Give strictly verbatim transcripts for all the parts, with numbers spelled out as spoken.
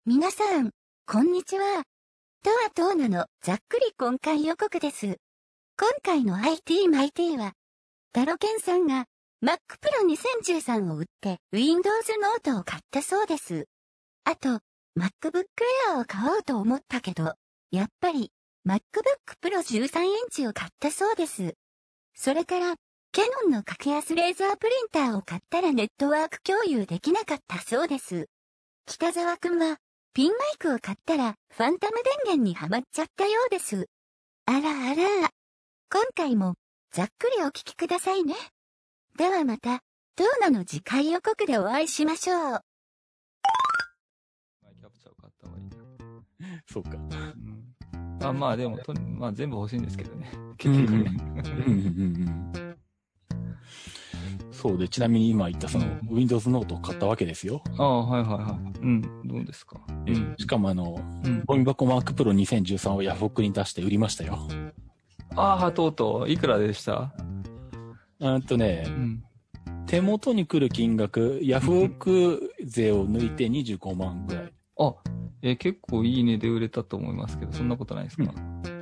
皆さん、こんにちは。とはとうなのざっくり今回予告です。今回の アイティー マイティーは、タロケンさんが Mac Pro にせんじゅうさんを売って Windows Note を買ったそうです。あと、MacBook Air を買おうと思ったけど、やっぱり MacBook Pro じゅうさんインチを買ったそうです。それから、キヤノンの格安レーザープリンターを買ったらネットワーク共有できなかったそうです。北沢くんは、ピンマイクを買ったらファンタム電源にはまっちゃったようです。あらあら。今回もざっくりお聞きくださいね。ではまた、トーナの次回予告でお会いしましょう。 キャプチャーを買った方がいいんだよ。 そうか。 うん、あまあでもと、まあ全部欲しいんですけどね。結局ね。うんうんうんそうで、ちなみに今言ったその、うん、Windows Note を買ったわけですよ。 ああ、はいはいはい。うん。どうですか。 え、うん、しかもあの、うん、ゴミ箱 Mac Pro にせんじゅうさんをヤフオクに出して売りましたよ。 ああ、とうとう。いくらでした？ うんとね、うん、手元に来る金額、ヤフオク税を抜いてにじゅうごまんぐらい。 あ、えー、結構いい値で売れたと思いますけど、そんなことないですか？うん、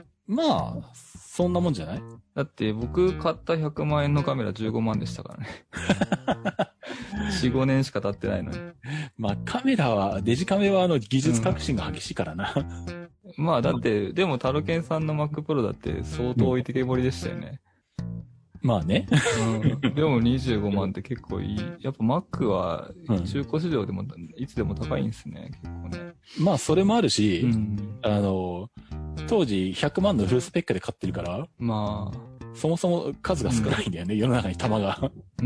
まあ、そんなもんじゃない？ だって僕買ったひゃくまんえんのカメラじゅうごまんでしたからね。よん、ごねんしか経ってないのに。 まあカメラは、デジカメはあの技術革新が激しいからな。 うん、まあだって、でもタロケンさんの Mac Pro だって相当置いてけぼりでしたよね。 うん、まあね。 うん。でもにじゅうごまんって結構いい。やっぱ Mac は中古市場でもいつでも高いんですね、結構ね。 まあそれもあるし、うん、あの、当時ひゃくまんのフルスペックで買ってるから、 まあ、 そもそも数が少ないんだよね、うん、世の中に玉が。 うん。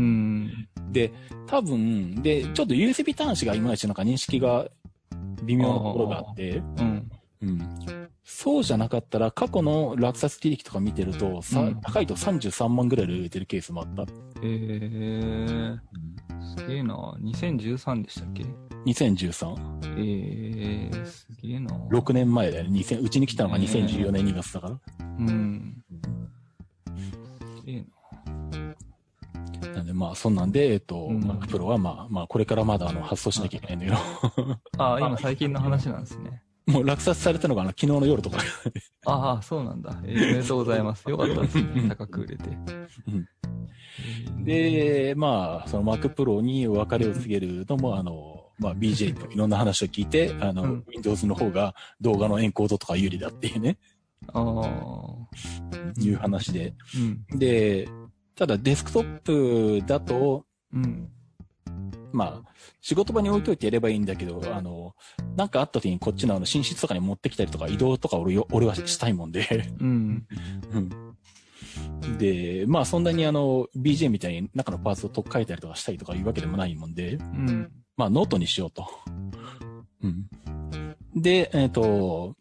で、多分、で、ちょっと ユーエスビー 端子がいまいちなんか認識が微妙なところがあって、うん。うん。そうじゃなかったら、過去の落札履歴とか見てると、さ、うん、高いとさんじゅうさんまんぐらいで売れてるケースもあった。へえー。すげえな。にせんじゅうさんでしたっけ？ にせんじゅうさん。 えー、すげえな。 ろくねんまえだよね。にせんうちに来たのがにせんじゅうよねんにがつだから。 うん。すげえな。 なんでまあそんなんで、えっと、うん、Mac Pro はまあまあこれからまだあの発送しなきゃいけないんだけど。 ああ、今最近の話なんですね。 もう落札されたのがあの昨日の夜とか。 ああ、そうなんだ。えー、おめでとうございます。よかったですね。高く売れて。 うん、で、まあその Mac Pro にお別れを告げるのもあの、まあ ビージェー のいろんな話を聞いて、あの、うん、Windows の方が動画のエンコードとか有利だっていうね。 ああ。 いう話で。うん、で、ただデスクトップだと、うん、まあ、仕事場に置いといてやればいいんだけど、あの、なんかあった時にこっちのあの寝室とかに持ってきたりとか移動とか俺俺はしたいもんで、うん。うん。で、まあそんなにあの、ビージェー みたいに中のパーツを取っ替えたりとかしたいとかいうわけでもないもんで、うん。まあノートにしようと。うん。で、えっと、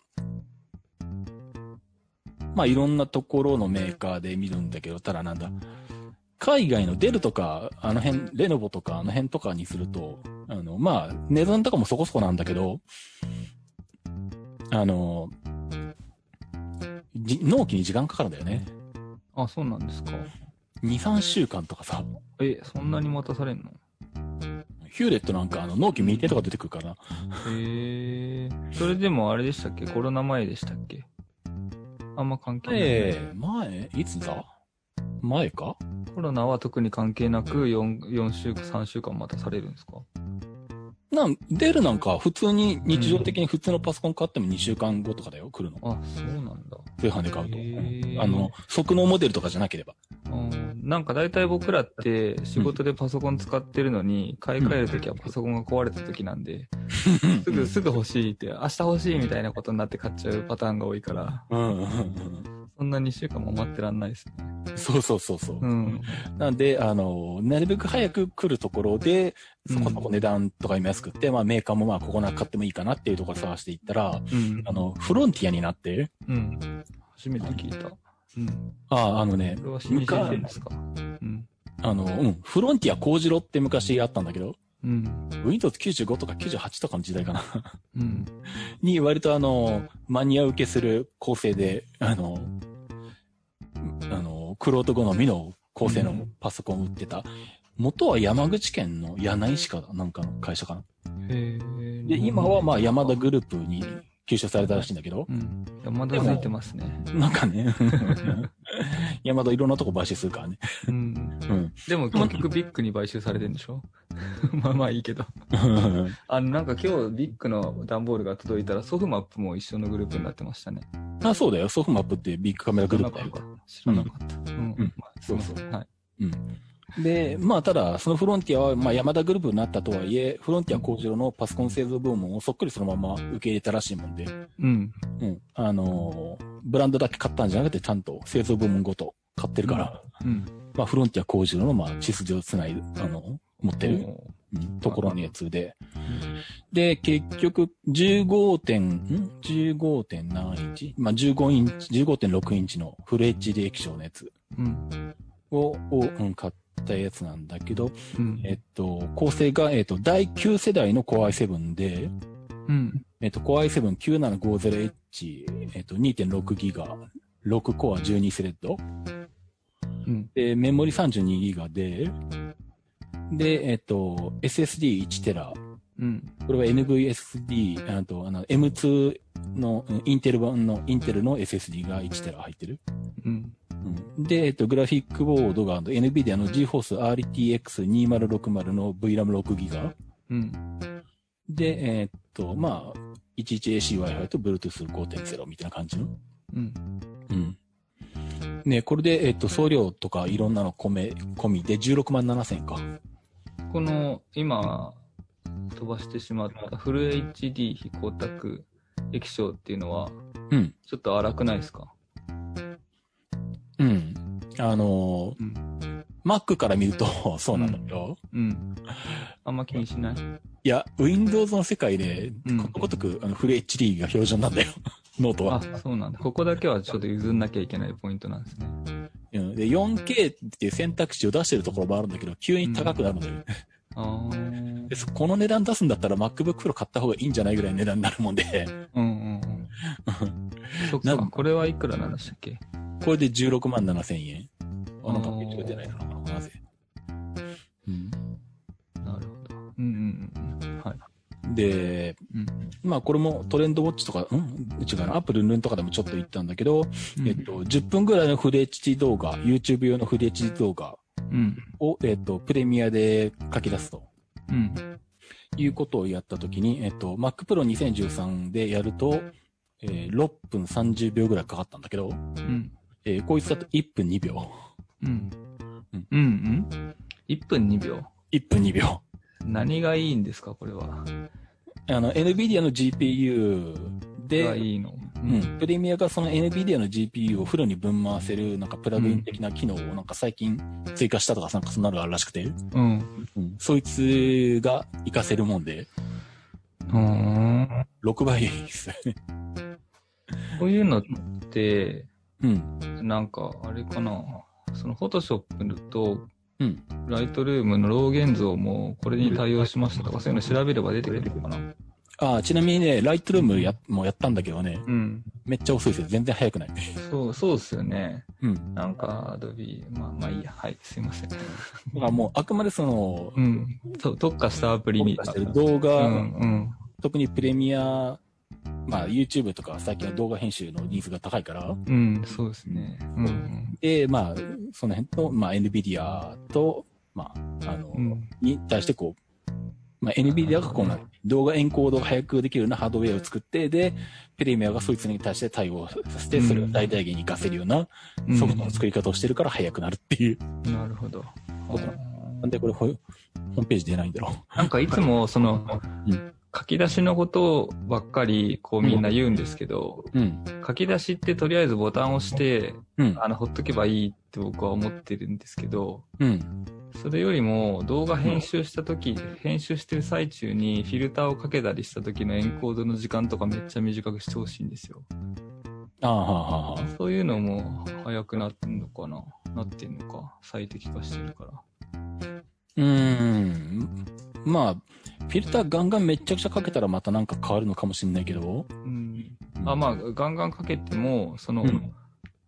まあいろんなところのメーカーで見るんだけど、ただなんだ、海外のデルとか、あの辺、レノボとかあの辺とかにすると、あの、まあ、値段とかもそこそこなんだけど、あの、納期に時間かかるんだよね。 あ、そうなんですか。 に、さんしゅうかんとかさ。 え、そんなに待たされんの？ ヒューレットなんかあの、納期未定とか出てくるから。へえー。それでもあれでしたっけ？コロナ前でしたっけ？あんま関係ない。 ええー、前いつだ？前か？ コロナは特に関係なくよん、よんしゅうかん、さんしゅうかん待たされるんですか？ なん、デルなんか普通に日常的に普通のパソコン買ってもにしゅうかんごとかだよ、来るの。 あ、そうなんだ。 通販で買うと。あの、即納モデルとかじゃなければ。 うん、なんか大体僕らって仕事でパソコン使ってるのに、買い替えるときはパソコンが壊れたときなんで、すぐ、すぐ欲しいって、明日欲しいみたいなことになって買っちゃうパターンが多いから、そんなにしゅうかんも待ってらんないですね。 そうそうそうそう。うん、なんで、あの、なるべく早く来るところで、そこそこ値段とか今安くって、うん、まあメーカーもまあここな買ってもいいかなっていうところ探していったら、うん、あの、フロンティアになって、 うん。初めて聞いた。 うん。ああ、あのね、 これは信じてるんですか？うん。 あの、うん、フロンティア工事ロって昔あったんだけど、うん。ウィンドウズきゅうじゅうごとかきゅうじゅうはちとかの時代かな。うん。に割とあの、マニア受けする構成で、あの、あの、クロート好みの構成のパソコンを売ってた。 元は山口県の柳石かなんかの会社かな。 へー。 で、今はまあ山田グループに吸収されたらしいんだけど。 うん。山田ついてますね。 なんかね、山田いろんなとこ買収するからね。 うん。うん。でも結局ビッグに買収されてるんでしょまあまあいいけど。あの、なんか今日ビッグの段ボールが届いたらソフマップも一緒のグループになってましたね。 あ、そうだよ。ソフマップってビッグカメラグループだよ。 知らなかった。うん。うん。 まあ、そうそう。 はい。 うん。で、まあ、ただ、そのフロンティアは、まあ、ヤマダグループになったとはいえ、フロンティア工場のパソコン製造部門をそっくりそのまま受け入れたらしいもんで、 うん。 うん。あのー、ブランドだけ買ったんじゃなくて、ちゃんと製造部門ごと買ってるから、うん。うん、まあ、フロンティア工場の、まあ、血筋をつないで、あの、持ってる、うん、ところのやつで、うん、で、結局、じゅうごてん、ん ?じゅうご. 点何インチまあ、じゅうごインチ、じゅうごてんろくインチのフル エイチディー 液晶のやつを、うん、を、うん、買って、たやつなんだけど、うん、えっと、構成が、えっと、だいきゅう世代の Core アイセブン で、うん、えっと、Core アイセブンきゅうななごゼロエイチ、えっと、にてんろくギガ、ろくコアじゅうにスレッド、うん、で、メモリさんじゅうにギガで、で、えっと、エスエスディーいちテラ、うん、これは エヌブイエスディー、あと、あの、エムツー の、インテル版の、インテルの エスエスディー がいちテラ入ってる。うんで、えっと、グラフィックボードが エヌビディア の GeForce アールティーエックスにせんろくじゅう の ブイラムろくギガ。うん。で、えー、っと、まあ、いちいちエーシー Wi-Fi と Bluetooth ごてんゼロ みたいな感じの。うん。うん。ね、これで、えー、っと、送料とかいろんなの込め、込みでじゅうろくまんななせんか。 この、今、飛ばしてしまったフル エイチディー 非光沢液晶っていうのは、うん。ちょっと荒くないですか？ うん。あのー、うん、Mac から見るとそうなんだけど、うん。うん。 あんま気にしない？ いや、Windows の世界で、ことごとく、あの、フル エイチディー が標準なんだよ。ノートは。 あ、そうなんだ。ここだけはちょっと譲んなきゃいけないポイントなんですね。 うん。で、よんケー っていう選択肢を出してるところもあるんだけど、急に高くなるんだよ。うん、あでこの値段出すんだったら MacBook Pro 買った方がいいんじゃないぐらいの値段になるもんで。うんうんうん。 そっか、これはいくらなんでしたっけ？ これでじゅうろくまんななせんえん。あのパッケージが出ないのかな、なぜ。 うん。なるほど。うんうんうん。はい。 で、うん、まあこれもトレンドウォッチとか、うん違うな、アップルルンとかでもちょっと言ったんだけど、うん、えっと、じゅっぷんぐらいのフル エイチディー 動画、YouTube 用のフル エイチディー 動画を、うん、えっと、プレミアで書き出すと。うん。いうことをやったときに、えっと、Mac Pro にせんじゅうさんでやると、えー、ろっぷんさんじゅうびょうぐらいかかったんだけど、うんえー、こいつだといっぷんにびょう。うん。 うん。うんうんいっぷんにびょう。 いっぷんにびょう。何がいいんですか、これは。 あの、エヌビディア の ジーピーユー で、 がいいの。 うん。うん、プレミアがその エヌビディア の ジーピーユー をフルに分回せる、なんかプラグイン的な機能をなんか最近追加したとか、なんかそんなのがあるらしくて。うん。うん。そいつが活かせるもんで。うん。ろくばいですね。 こういうのって、うん。なんか、あれかな。その、フォトショップと、うん。ライトルームのロー現像もこれに対応しましたとか、そういうの調べれば出てくるのかな。 ああ、ちなみにね、ライトルームや、もうやったんだけどね。うん。めっちゃ遅いですよ。全然早くない。 そう、そうっすよね。うん。なんか、アドビー、まあ、まあいいや。はい、すいません。だからもう、あくまでその、 うん。と特化したアプリに。 特化してる動画、うん、うん。特にプレミア、まあ、YouTube とか最近は動画編集のニーズが高いから。 うん、そうですね。うん。 で、まあ、その辺と、まあ、NVIDIA と、まあ、あの、うん、に対してこう、まあ、NVIDIA がこの動画エンコードが早くできるようなハードウェアを作って、で、プレミアがそいつに対して対応させて、それを大体限に活かせるようなソフトの作り方をしてるから早くなるっていう。 うん、なるほど。 なんでこれホームページ出ないんだろう。なんかいつもその、うん書き出しのことばっかり、こうみんな言うんですけど、うん、書き出しってとりあえずボタンを押して、うん、あの、ほっとけばいいって僕は思ってるんですけど、うん、それよりも動画編集した時、編集してる最中にフィルターをかけたりした時のエンコードの時間とかめっちゃ短くしてほしいんですよ。ああ、はあ、そういうのも早くなってんのかななってんのか最適化してるから。 うーん。まあ、フィルターガンガンめっちゃくちゃかけたらまたなんか変わるのかもしれないけど。 うん。あ、まあ、ガンガンかけても、その、うん、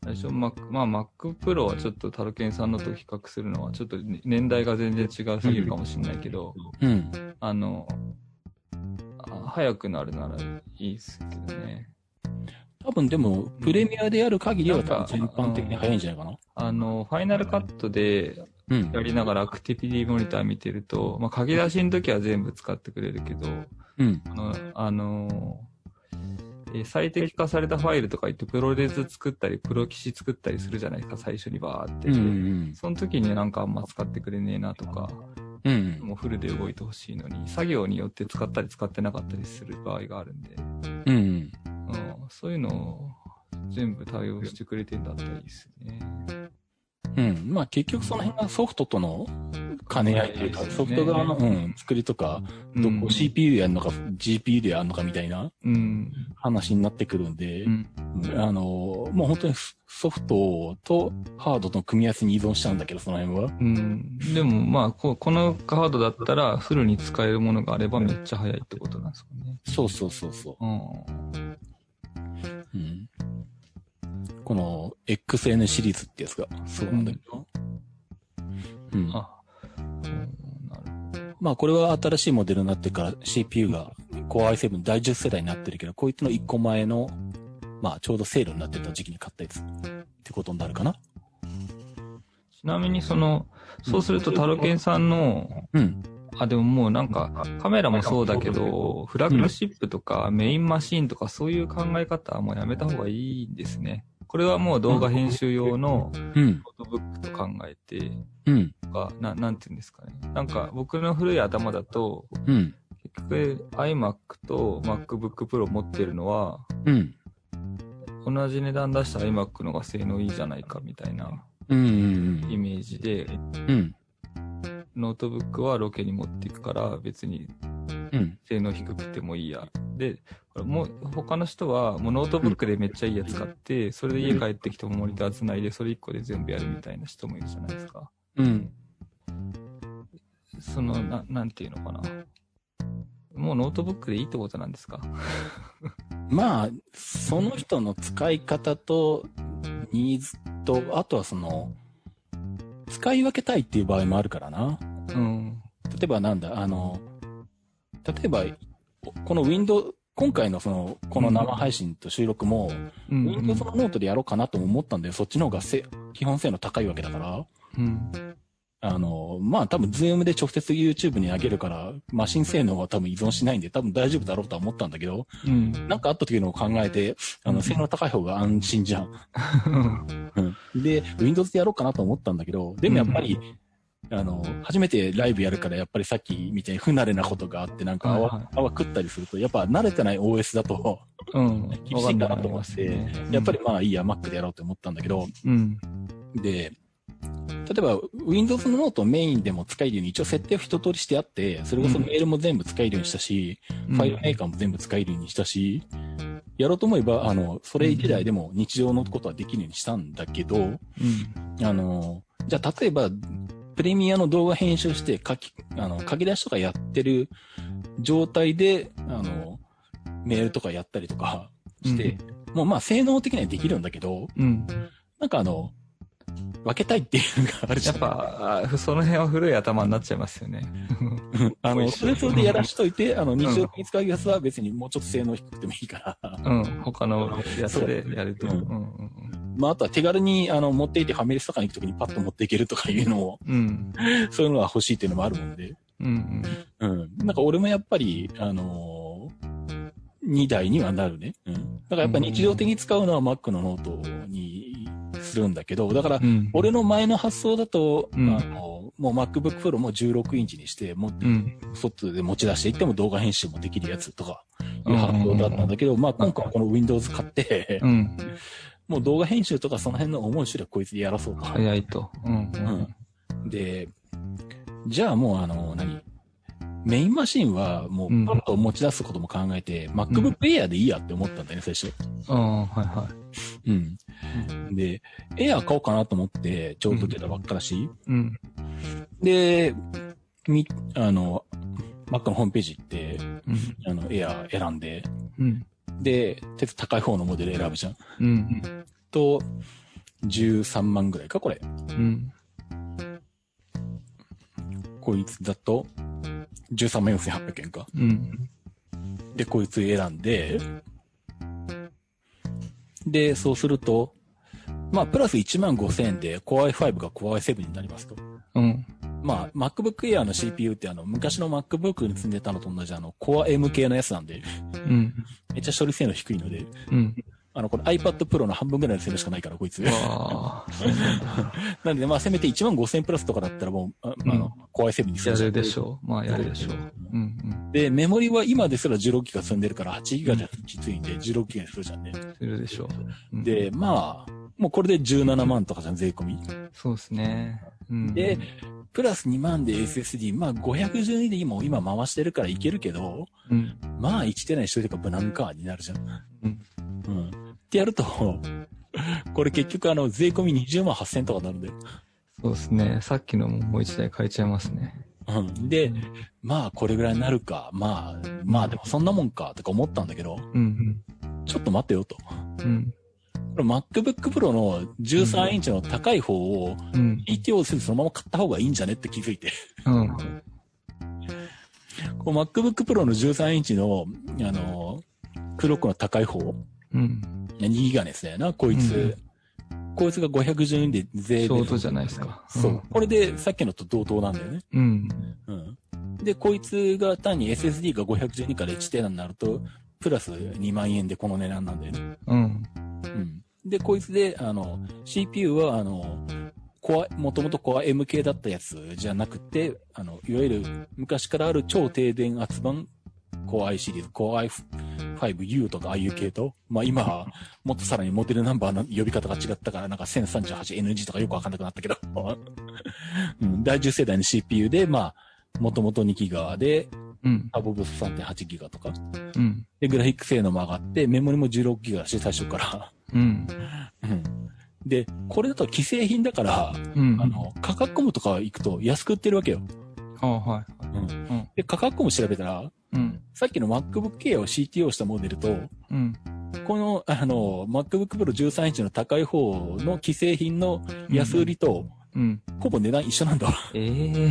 最初、Mac、まあ Mac Pro はちょっとタロケンさんのと比較するのはちょっと年代が全然違うすぎるかもしれないけど、 うん。 あの、早くなるならいいですけどね。 多分でも、プレミアでやる限りは多分全般的に早いんじゃないかな。 あの、ファイナルカットでやりながらアクティビティモニター見てると、まあ、書き出しの時は全部使ってくれるけど、 うん。 あの、あのえー最適化されたファイルとか言ってプロレス作ったり、プロ棋士作ったりするじゃないですか、最初にバーって。 うんうん。 その時になんかあんま使ってくれねえなとか、 うん。 もうフルで動いてほしいのに、作業によって使ったり使ってなかったりする場合があるんで、 うん。 うん、そういうのを全部対応してくれてんだったらいいですね。 うん。まあ結局その辺がソフトとの兼ね合いというか、ソフト側の、うん、作りとか、どこ シーピーユー でやるのか ジーピーユー でやるのかみたいな話になってくるんで、うん、あの、もう本当にソフトとハードの組み合わせに依存しちゃうんだけど、その辺は。 うん。でもまあこ、このハードだったらフルに使えるものがあればめっちゃ早いってことなんですかね。 そうそうそうそう。うんうんこの エックスエヌ シリーズってやつがそうなんだけど。うん。うん、あ、うん、なるほど。まあこれは新しいモデルになってから シーピーユー が Core アイセブン だいじゅっ世代になってるけど、こいつのいっこまえの、まあちょうどセールになってた時期に買ったやつってことになるかな。 ちなみにその、そうするとタロケンさんの、うん。あ、でももうなんか、カメラもそうだけど、フラッグシップとかメインマシンとかそういう考え方はもうやめた方がいいんですね。これはもう動画編集用のノートブックと考えて、うん。かな、なんていうんですかね。なんか僕の古い頭だと、うん。結局 iMac と MacBook Pro 持ってるのは、うん。同じ値段出した iMac の方が性能いいじゃないかみたいな、うん。イメージで、うん。ノートブックはロケに持っていくから別に性能低くてもいいや。で、もう他の人はもうノートブックでめっちゃいいやつ買って、それで家帰ってきてもモニター繋いでそれいっこで全部やるみたいな人もいるじゃないですか。うん。その、な、なんていうのかな。もうノートブックでいいってことなんですか？ まあ、その人の使い方とニーズと、あとはその、使い分けたいっていう場合もあるからな。うん。例えばなんだ、あの、例えば、この Windows、今回のその、この生配信と収録も、うん、Windows のノートでやろうかなとも思ったんで、そっちの方がせ基本性能高いわけだから、うん。あの、まあ多分 Zoom で直接 YouTube に上げるから、マシン性能は多分依存しないんで、多分大丈夫だろうとは思ったんだけど、うん。なんかあった時のを考えて、あの、性能高い方が安心じゃん。うん、で、Windows でやろうかなと思ったんだけど、でもやっぱり、うん、あの、初めてライブやるから、やっぱりさっきみたいに不慣れなことがあって、なんか泡、はいはい、泡食ったりすると、やっぱ慣れてない オーエス だと、うん、厳しいかなと思って、ね、やっぱりまあいいや、Mac でやろうと思ったんだけど、うん、で、例えば、Windows のノートをメインでも使えるように一応設定を一通りしてあって、それこそメールも全部使えるようにしたし、うん、ファイルメーカーも全部使えるようにしたし、やろうと思えば、あの、それ以来でも日常のことはできるようにしたんだけど、うん、あの、じゃあ例えば、プレミアの動画編集して書き、あの、書き出しとかやってる状態で、あの、メールとかやったりとかして、うん、もうまあ性能的にはできるんだけど、うん、なんかあの、分けたいっていうのがあるじゃん。 やっぱ、その辺は古い頭になっちゃいますよね。 あの、それそれでやらしといて、あの、日常的に使うやつは別にもうちょっと性能低くてもいいから。 うん、他のやつでやると。うんうんうん、 まあ、あとは手軽に、あの、持っていてファミレスとかに行くときにパッと持っていけるとかいうのを、うん、そういうのが欲しいっていうのもあるもんで。うんうん。うん。なんか俺もやっぱり、あのー、にだいにはなるね。うん。だからやっぱ日常的に使うのは Mac のノートにするんだけど、だから、俺の前の発想だと、うん、あの、もう MacBook Pro もじゅうろくインチにして、もうん、外で持ち出していっても動画編集もできるやつとか、いう発想だったんだけど、まあ今回この Windows 買って、うん、もう動画編集とかその辺の思い知りはこいつでやらそうと。 早いと。うんうん、で、じゃあもうあの、何メインマシンはもうパッと持ち出すことも考えて、うん、MacBook Air でいいやって思ったんだよね、最初。 ああ、はいはい。 うん。で、Air 買おうかなと思って、ちょうど出たばっかだし。うん。で、み、あの、Mac のホームページ行って、うん、あの、Air 選んで、うん、で、高い方のモデル選ぶじゃん。うん。と、 じゅうさんまんぐらいか、これ。 うん。 こいつだと、じゅうさんまんよんせんはっぴゃくえんか。 うん。 で、こいつ選んで、で、そうすると、まあ、プラスいちまんごせんえんで Core アイファイブ が Core アイセブン になりますと。 うん。 まあ、MacBook Air の シーピーユー ってあの、昔の MacBook に積んでたのと同じあの、Core M 系のやつなんで、 うん。 めっちゃ処理性能低いので、 うん。 あの、これ iPad Pro の半分ぐらいの性能しかないから、こいつ。 わなんで、まあ、せめていちまんごせんプラスとかだったらもう、あ、うん、あの、Core アイセブン にするやるでしょう。まあ、やるでしょう。うん、うん。 で、メモリは今ですらじゅうろくギガ積んでるからはちギガじゃきついんでじゅうろくギガにするじゃんね。 するでしょう。 うん、で、まあ、もうこれでじゅうななまんとかじゃん、税込み。 そうですね。うん、 で、プラスにまんで エスエスディー、まあごひゃくじゅうにで今、今回してるからいけるけど、 うん、 まあいちテラにしといてか無難かになるじゃん。 うん。 うん。ってやると、これ結局あの、税込みにじゅうまんはっせんとかなるんだよ。 そうですね。さっきのももう一台買えちゃいますね。 うん。で、まあこれぐらいになるか、まあ、まあでもそんなもんか、とか思ったんだけど、 うん、 ちょっと待ってよと。 うん。 これ MacBook Pro のじゅうさんインチの高い方を イーティーオー せずそのまま買った方がいいんじゃねって気づいて。うん。この MacBook Pro のじゅうさんインチの、あの、クロックの高い方。うん。にギガですねな、こいつ。うん、こいつがごひゃくじゅうえんで税で。 ショートじゃないですか。 そう。うん、これでさっきのと同等なんだよね。うん。うん。で、こいつが単に エスエスディー がごひゃくじゅうにからいちテラになると、プラスにまんえんでこの値段なんだよね。うん。うん。で、こいつで、あの、シーピーユー は、あの、コア、もともと Core M 系だったやつじゃなくて、あの、いわゆる昔からある超低電圧版 Core i シリーズ、Core アイファイブユー とかああいう系統。まあ今、もっとさらにモデルナンバーの呼び方が違ったから、なんか せんさんじゅうはちエヌジー とかよくわかんなくなったけど。うん、だいじゅう世代の シーピーユー で、まあ、もともとにギガで、うん。ターボブース さんてんはちギガとか。うん。で、グラフィック性能も上がって、メモリもじゅうろくギガだし、最初から。うん。うん。で、これだと既製品だから、うん。あの、価格コムとか行くと安く売ってるわけよ。ああ、はい。うん。で、価格コム調べたら、うん。さっきの MacBook Air を シーティーオー したモデルと、うん。この、あの、MacBook Pro じゅうさんインチの高い方の既製品の安売りと、うん。うん、ほぼ値段一緒なんだ。ええー。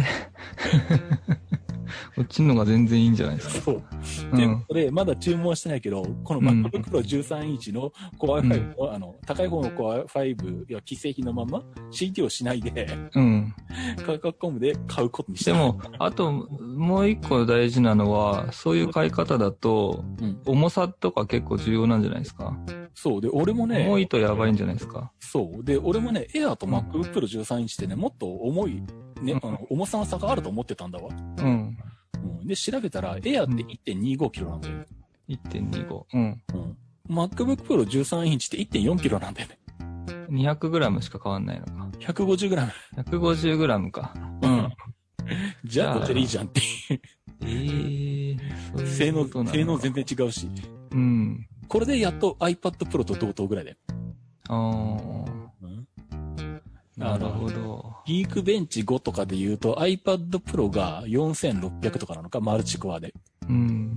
こっちのが全然いいんじゃないですか。 そう。で、うん、これ、まだ注文してないけど、この MacBook Pro じゅうさんインチの Core アイファイブ の、うん、あの、高い方の Core アイファイブや既製品のまま シーティー をしないで、うん。価格コムで買うことにした。 でも、あと、もう一個大事なのは、そういう買い方だと、うん、重さとか結構重要なんじゃないですか。 そう。で、俺もね。 重いとやばいんじゃないですか。 そう。で、俺もね、Air と MacBook Pro じゅうさんインチってね、もっと重い、ね、うん、あの、重さの差があると思ってたんだわ。うん。うん、で、調べたら、Air って いってんにごキロなんだよ。 いってんにご。うん。 うん。MacBook Pro じゅうさんインチって いってんよんキロなんだよね。 にひゃくグラム しか変わんないのか。 ひゃくごじゅうグラム。 ひゃくごじゅうグラム か。 うん。じゃあ、こっちでいいじゃんって。 ええー、そういう性能、性能全然違うし。うん。これでやっと iPad Pro と同等ぐらいだよ。ああ。うん。 なるほど。 ギークベンチごとかで言うと iPad Pro がよんせんろっぴゃくとかなのか、マルチコアで。うん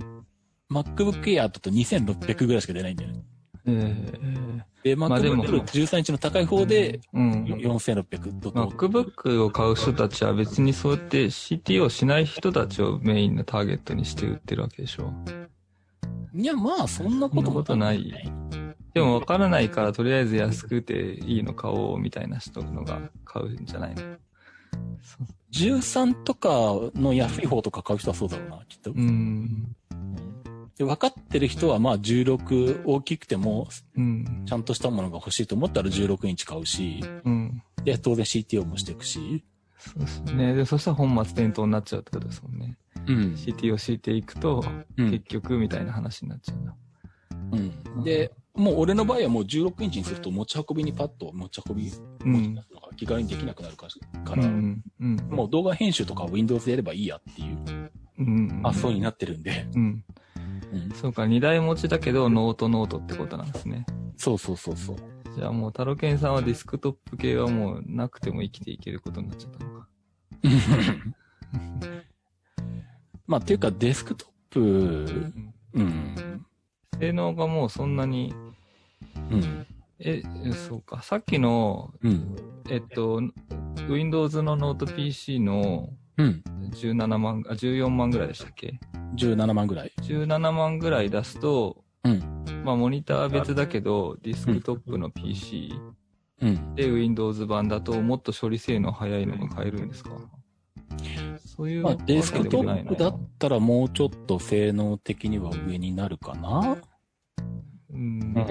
。MacBook Air だとにせんろっぴゃくぐらいしか出ないんだよね。ええー。で、MacBook Pro じゅうさんインチの高い方で、うん。よんせんろっぴゃくと。 MacBook を買う人たちは別にそうやって シーティーオー しない人たちをメインのターゲットにして売ってるわけでしょ。 いや、まあ、そんなことことない。でも分からないからとりあえず安くていいの買おうみたいな人のが買うんじゃないの。 じゅうさんとかの安い方とか買う人はそうだろうな、きっと。うん。で、分かってる人はまあじゅうろく大きくても、うん、ちゃんとしたものが欲しいと思ったらじゅうろくインチ買うし、うん、で、当然 シーティーオー もしていくし。 そうですね。で、そしたら本末転倒になっちゃうってことですもんね。うん。シーティーオー 敷いていくと、うん、結局みたいな話になっちゃうんだ。 うん。で、もう俺の場合はもうじゅうろくインチにすると持ち運びにパッと持ち運び、うん、持ちのが気軽にできなくなるから、うんうん、もう動画編集とかは Windows でやればいいやっていう発想になってるんで。うんうん、そうか、二台持ちだけどノートノートってことなんですね。 そうそうそうそう。 じゃあもうタロケンさんはディスクトップ系はもうなくても生きていけることになっちゃったのか。 まあっていうかデスクトップ、うん、 性能がもうそんなに、うん、 え、そうか。さっきの、 うん。 えっと、Windows のノート ピーシー のうん。 じゅうななまん、あ、じゅうよんまんぐらいでしたっけ？ じゅうななまんぐらい。 じゅうななまんぐらい出すと、 うん。 まあ、モニターは別だけど、ディスクトップの ピーシー、 うん。 で、Windows 版だと、もっと処理性能早いのが買えるんですか？そういうまあ、 わけでもないの。 デスクトップだったらもうちょっと性能的には上になるかな。 うん。 うん。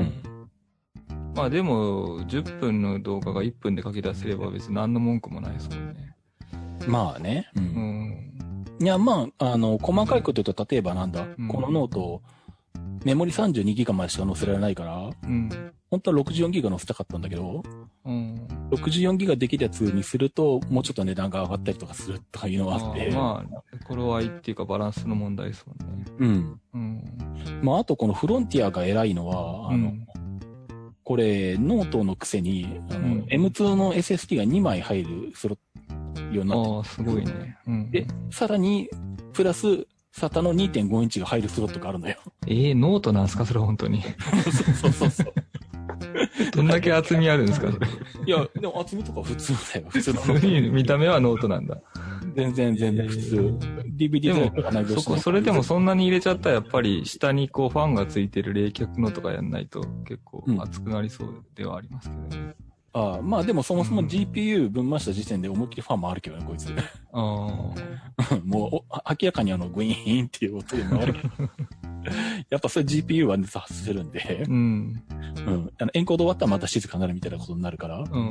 まあでも、じゅっぷんの動画がいっぷんで書き出せれば別に何の文句もないですもんね。 まあね。う。 うんん。 いや、まあ、あの、細かいこと言うと、例えばなんだ、 うんこのノート、メモリ さんじゅうにギガ までしか載せられないから、 うん。 本当は ろくじゅうよんギガ 載せたかったんだけど、 うん。 ろくじゅうよんギガ できるやつにすると、もうちょっと値段が上がったりとかするとかいうのがあって。 あまあ、頃合いっていうかバランスの問題ですもんね。 うん。 うん。 まあ、あとこのフロンティアが偉いのは、あの、うん、これ、ノートのくせに、あの、うん、エムツー の エスエスディー がにまい入るスロットようになってる。 ああ、すごいね。うん。 で、さらに、プラス、サタの にてんご インチが入るスロットがあるのよ。 ええー、ノートなんすかそれ本当に。 そうそうそう。 どんだけ厚みあるんですかそれ。 いや、でも厚みとか普通だよ。普通の。 普通に見た目はノートなんだ。 全然全然普通。えー、ディーブイディー とかないそこ、それでもそんなに入れちゃったらやっぱり下にこうファンがついてる冷却のとかやんないと結構熱くなりそうではありますけどね。うんああ、まあでもそもそも ジーピーユー 分回した時点で思いっきりファンもあるけどね、こいつ。 ああ。 もう明らかにあのグイーンっていう音で回るけど。やっぱそれ ジーピーユー は熱発するんで。うん。うん。あのエンコード終わったらまた静かになるみたいなことになるから。うん。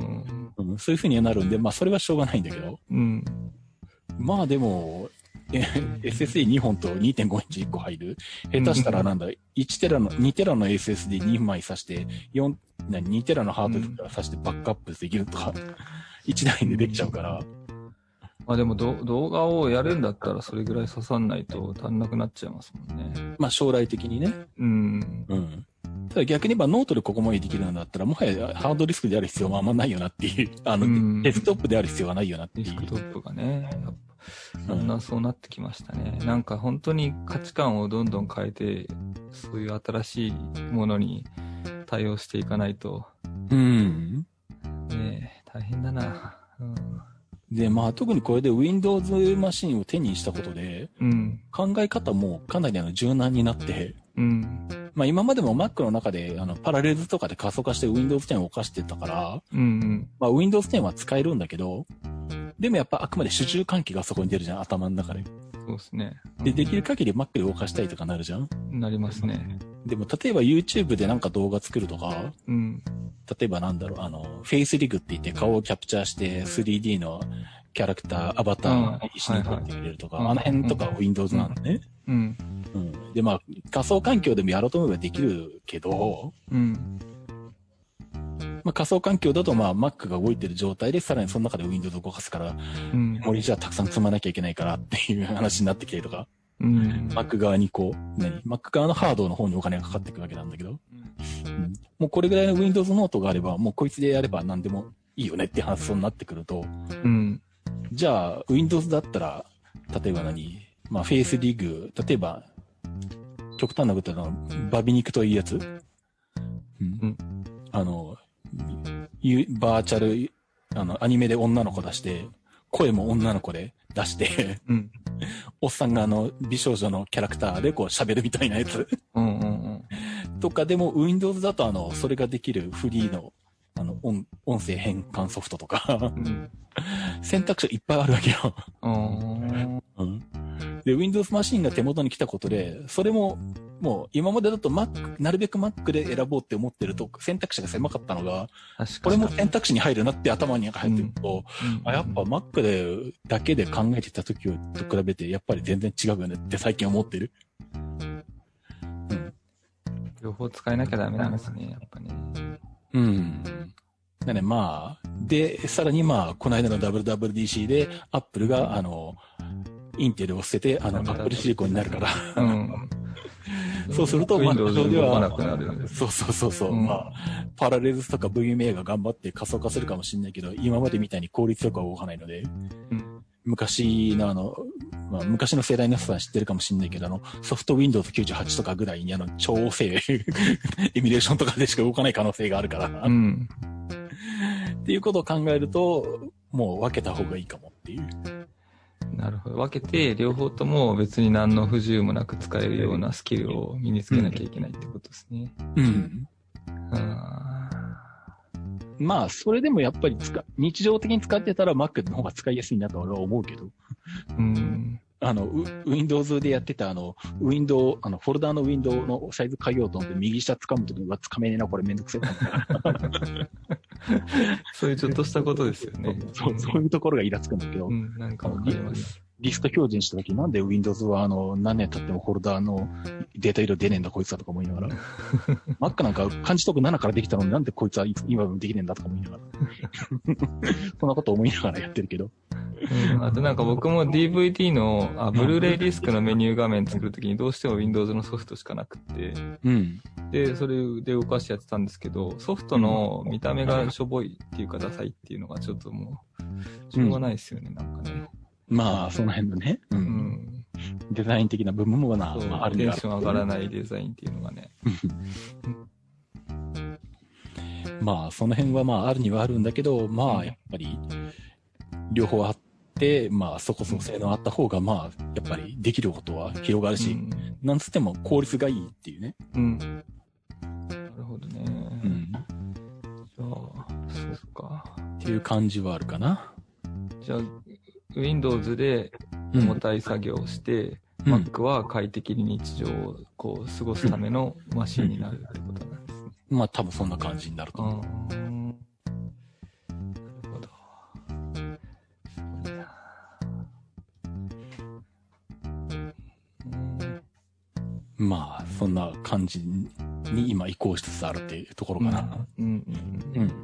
うん、そういう風にはなるんで、まあそれはしょうがないんだけど。うん。まあでも、エスエスディーに 本と にてんご インチいっこ入る。下手したらなんだ、いちテラの、にテラの エスエスディーに 枚挿して、よん、にテラのハードディスクから挿してバックアップできるとか、いちだいでできちゃうから。 まあでも動画をやるんだったらそれぐらい刺さんないと足んなくなっちゃいますもんね。 まあ将来的にね。うん。うん。ただ逆に言えばノートでここまでできるんだったら、もはやハードディスクである必要はあんまないよなっていう。あの、デスクトップである必要はないよなっていう。 デスクトップがね。だんだんそうなってきましたね。なんか本当に価値観をどんどん変えて、そういう新しいものに対応していかないと。うん。ねえ、大変だな。うん、 で、まあ特にこれで Windows マシンを手にしたことで、うん、考え方もかなりあの柔軟になって、うん、まあ今までも Mac の中であのパラレルズとかで仮想化して Windows テンを動かしてたから、うんうん、まあ Windows テンは使えるんだけど、でもやっぱあくまで主従関係がそこに出るじゃん、頭の中で。 そうですね。 うん、で、できる限り Mac で動かしたいとかなるじゃん？ なりますね。 でも例えば YouTube でなんか動画作るとか、うん、例えばなんだろう、あの、フェイスリグって言って顔をキャプチャーして スリーディー のキャラクター、アバターを一緒に撮ってくれるとか、うんはいはい、あの辺とか Windows なんだね。うん。うん。で、まあ、仮想環境でもやろうと思えばできるけど、うん。まあ、仮想環境だとまあ Mac が動いてる状態でさらにその中で Windows を動かすから、うん。メモリじゃたくさん積まなきゃいけないからっていう話になってきたりとか、うん。Mac 側にこう、何 ?Mac 側のハードの方にお金がかかってくるわけなんだけど、うん。もうこれぐらいの Windows ノートがあれば、もうこいつでやれば何でもいいよねっていう発想になってくると、うん。じゃあ、Windows だったら、例えば何まあ、フェイスリグ、例えば、極端なことのバビ肉というやつ、うん、うん、あの、バーチャル、あの、アニメで女の子出して、声も女の子で出して、うん、おっさんがあの、美少女のキャラクターでこう喋るみたいなやつ。うんうんうん、とかでも、Windows だとあの、それができるフリーの、あの、音、音声変換ソフトとか、うん、選択肢いっぱいあるわけよ。うん、で、Windows マシンが手元に来たことで、それも、もう今までだと Mac、なるべく Mac で選ぼうって思ってると選択肢が狭かったのが、これも選択肢に入るなって頭に入ってると、うん、あ、やっぱ Mac で、だけで考えてた時と比べて、やっぱり全然違うよねって最近思ってる。 うん。両方使えなきゃダメなんですね、やっぱね。 うん。だね、まあ、で、さらにまあ、この間の ダブリューダブリューディーシー で、Apple が、あの、インテルを捨てて、あの、Apple シリコンになるから。うん。そうすると、まあ、Windows では、そうそうそうそう、うん、まあ、パラレルズとか ブイエムエー が頑張って仮想化するかもしれないけど、今までみたいに効率よくは動かないので、うん、昔のあの、 まあ、昔の世代の人は知ってるかもしれないけど、あの、ソフト ウィンドウズきゅうじゅうはち とかぐらいにあの、超遅いエミュレーションとかでしか動かない可能性があるから。うん。っていうことを考えると、もう分けた方がいいかもっていう。 なるほど。分けて、両方とも別に何の不自由もなく使えるようなスキルを身につけなきゃいけないってことですね。うん。うん、 あまあ、それでもやっぱり使、日常的に使ってたら Mac の方が使いやすいなと俺は思うけど。うん。あの、Windows でやってたあの、ウィンドウ、あの、フォルダーのウィンドウのサイズ変えようと思って右下掴むときには掴めねえな、これめんどくせえな。 そういうちょっとしたことですよね。 そう、そういうところがイラつくんだけど。うん、なんかわかります。リスト表示にしたとき、なんで Windows はあの、何年経ってもフォルダーのデータ色出ねえんだこいつだとか思いながら。Mac なんか漢字トークななからできたのになんでこいつは今できねえんだとか思いながら。そんなこと思いながらやってるけど。 うん、あとなんか僕も ディーブイディー の、あ、ブルーレイディスクのメニュー画面作るときにどうしても Windows のソフトしかなくって、うん。で、それで動かしてやってたんですけど、ソフトの見た目がしょぼいっていうかダサいっていうのがちょっともう、しょうがないですよね、うん、なんかね。 まあ、その辺のね、うん。うん、デザイン的な部分もな、まあ、あるんテンション上がらないデザインっていうのがね。 まあ、その辺はまあ、あるにはあるんだけど、まあ、やっぱり、両方あって、まあ、そこそこ性能あった方が、まあ、やっぱりできることは広がるし、うん、なんつっても効率がいいっていうね。うん。なるほどね。うん。じゃあ、そうか。 っていう感じはあるかな。 じゃあ、Windows で重たい作業をして、うん、Mac は快適に日常をこう過ごすためのマシンになるってことなんですね。 うん、まあ多分そんな感じになると思う。なるほど。すごいな。まあそんな感じに今移行しつつあるっていうところかな。うん。うんうんうん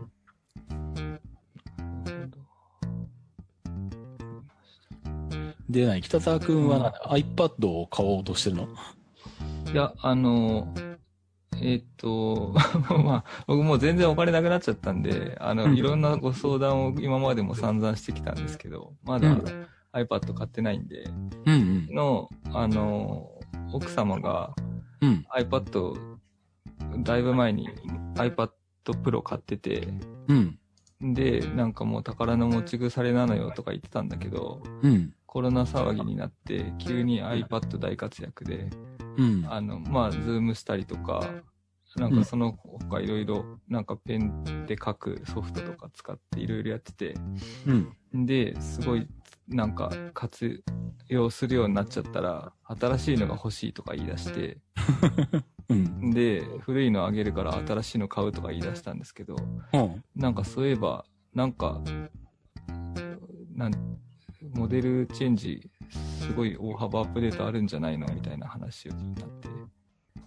でない、北沢くんは、うん、iPad を買おうとしてるの？ いや、あの、えー、っと、まあ、僕もう全然お金なくなっちゃったんで、あの、うん、いろんなご相談を今までも散々してきたんですけど、まだ iPad 買ってないんで、うんうん、の、あの、奥様が iPad、うん、だいぶ前に iPad Pro 買ってて、うんで、なんかもう宝の持ち腐れなのよとか言ってたんだけど、うん、コロナ騒ぎになって急に iPad 大活躍で、うん、あの、まあ、ズームしたりとか、なんかその他いろいろ、なんかペンで書くソフトとか使っていろいろやってて、うん、で、すごいなんか活用するようになっちゃったら、新しいのが欲しいとか言い出して、うん、で、古いのあげるから新しいの買うとか言い出したんですけど、うん、なんかそういえば、なんか、なんモデルチェンジ、すごい大幅アップデートあるんじゃないのみたいな話になって、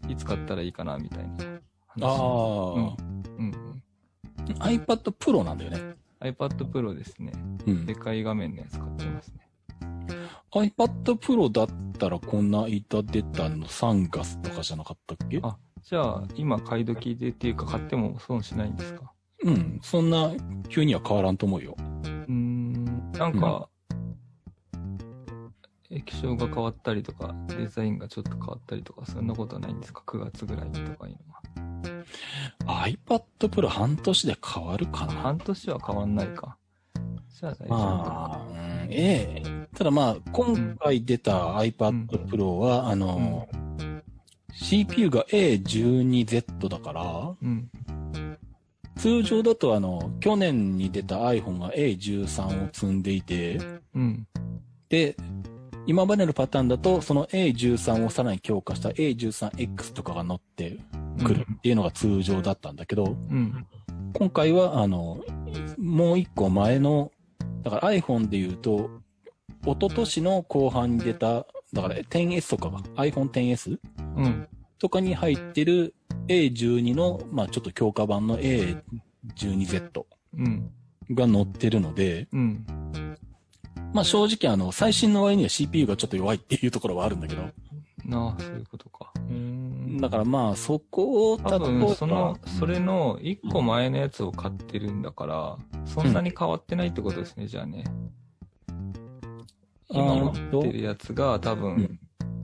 いつ買ったらいいかなみたいな話。ああ、うん。 うん。iPad Pro なんだよね。 iPad Pro ですね。うん。でかい画面のやつ買ってますね。 iPad Pro だったらこんな間出たのさんがつとかじゃなかったっけ？ あ、じゃあ今買い時でっていうか買っても損しないんですか？ うん。そんな急には変わらんと思うよ。うーん。なんか、うん、液晶が変わったりとか、デザインがちょっと変わったりとか、そんなことはないんですか？ く 月ぐらいとかいうのは。iPad Pro 半年で変わるかな？ 半年は変わんないか。じゃあ大丈夫だ。 まあ、うん、ええ。ただまあ、今回出た iPad Pro は、うん、あの、うん、シーピーユー が エーじゅうにゼット だから、うん、通常だとあの、去年に出た iPhone が エーじゅうさん を積んでいて、うん、で、今までのパターンだと、その エーじゅうさん をさらに強化した エーじゅうさんエックス とかが乗ってくるっていうのが通常だったんだけど、うん、今回はあの、もう一個前の、だから iPhone で言うと、一昨年の後半に出た、だから テンエス とかが、iPhone テンエス、うん、とかに入ってる エーじゅうに の、まあちょっと強化版の エーじゅうにゼット が乗ってるので、うん、まあ正直あの、最新の割には シーピーユー がちょっと弱いっていうところはあるんだけど。 なあ、そういうことか。うーんだからまあそこを多分その、それの一個前のやつを買ってるんだから、そんなに変わってないってことですね、うん、じゃあね。 今持ってるやつが多分、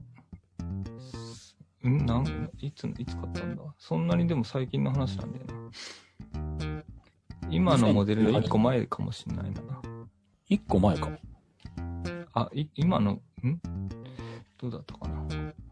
うん、んなん、いつ、いつ買ったんだそんなにでも最近の話なんだよな。今のモデルのいっこまえかもしんないな。 いっこまえか。 あ、い、今の、んどうだったかな。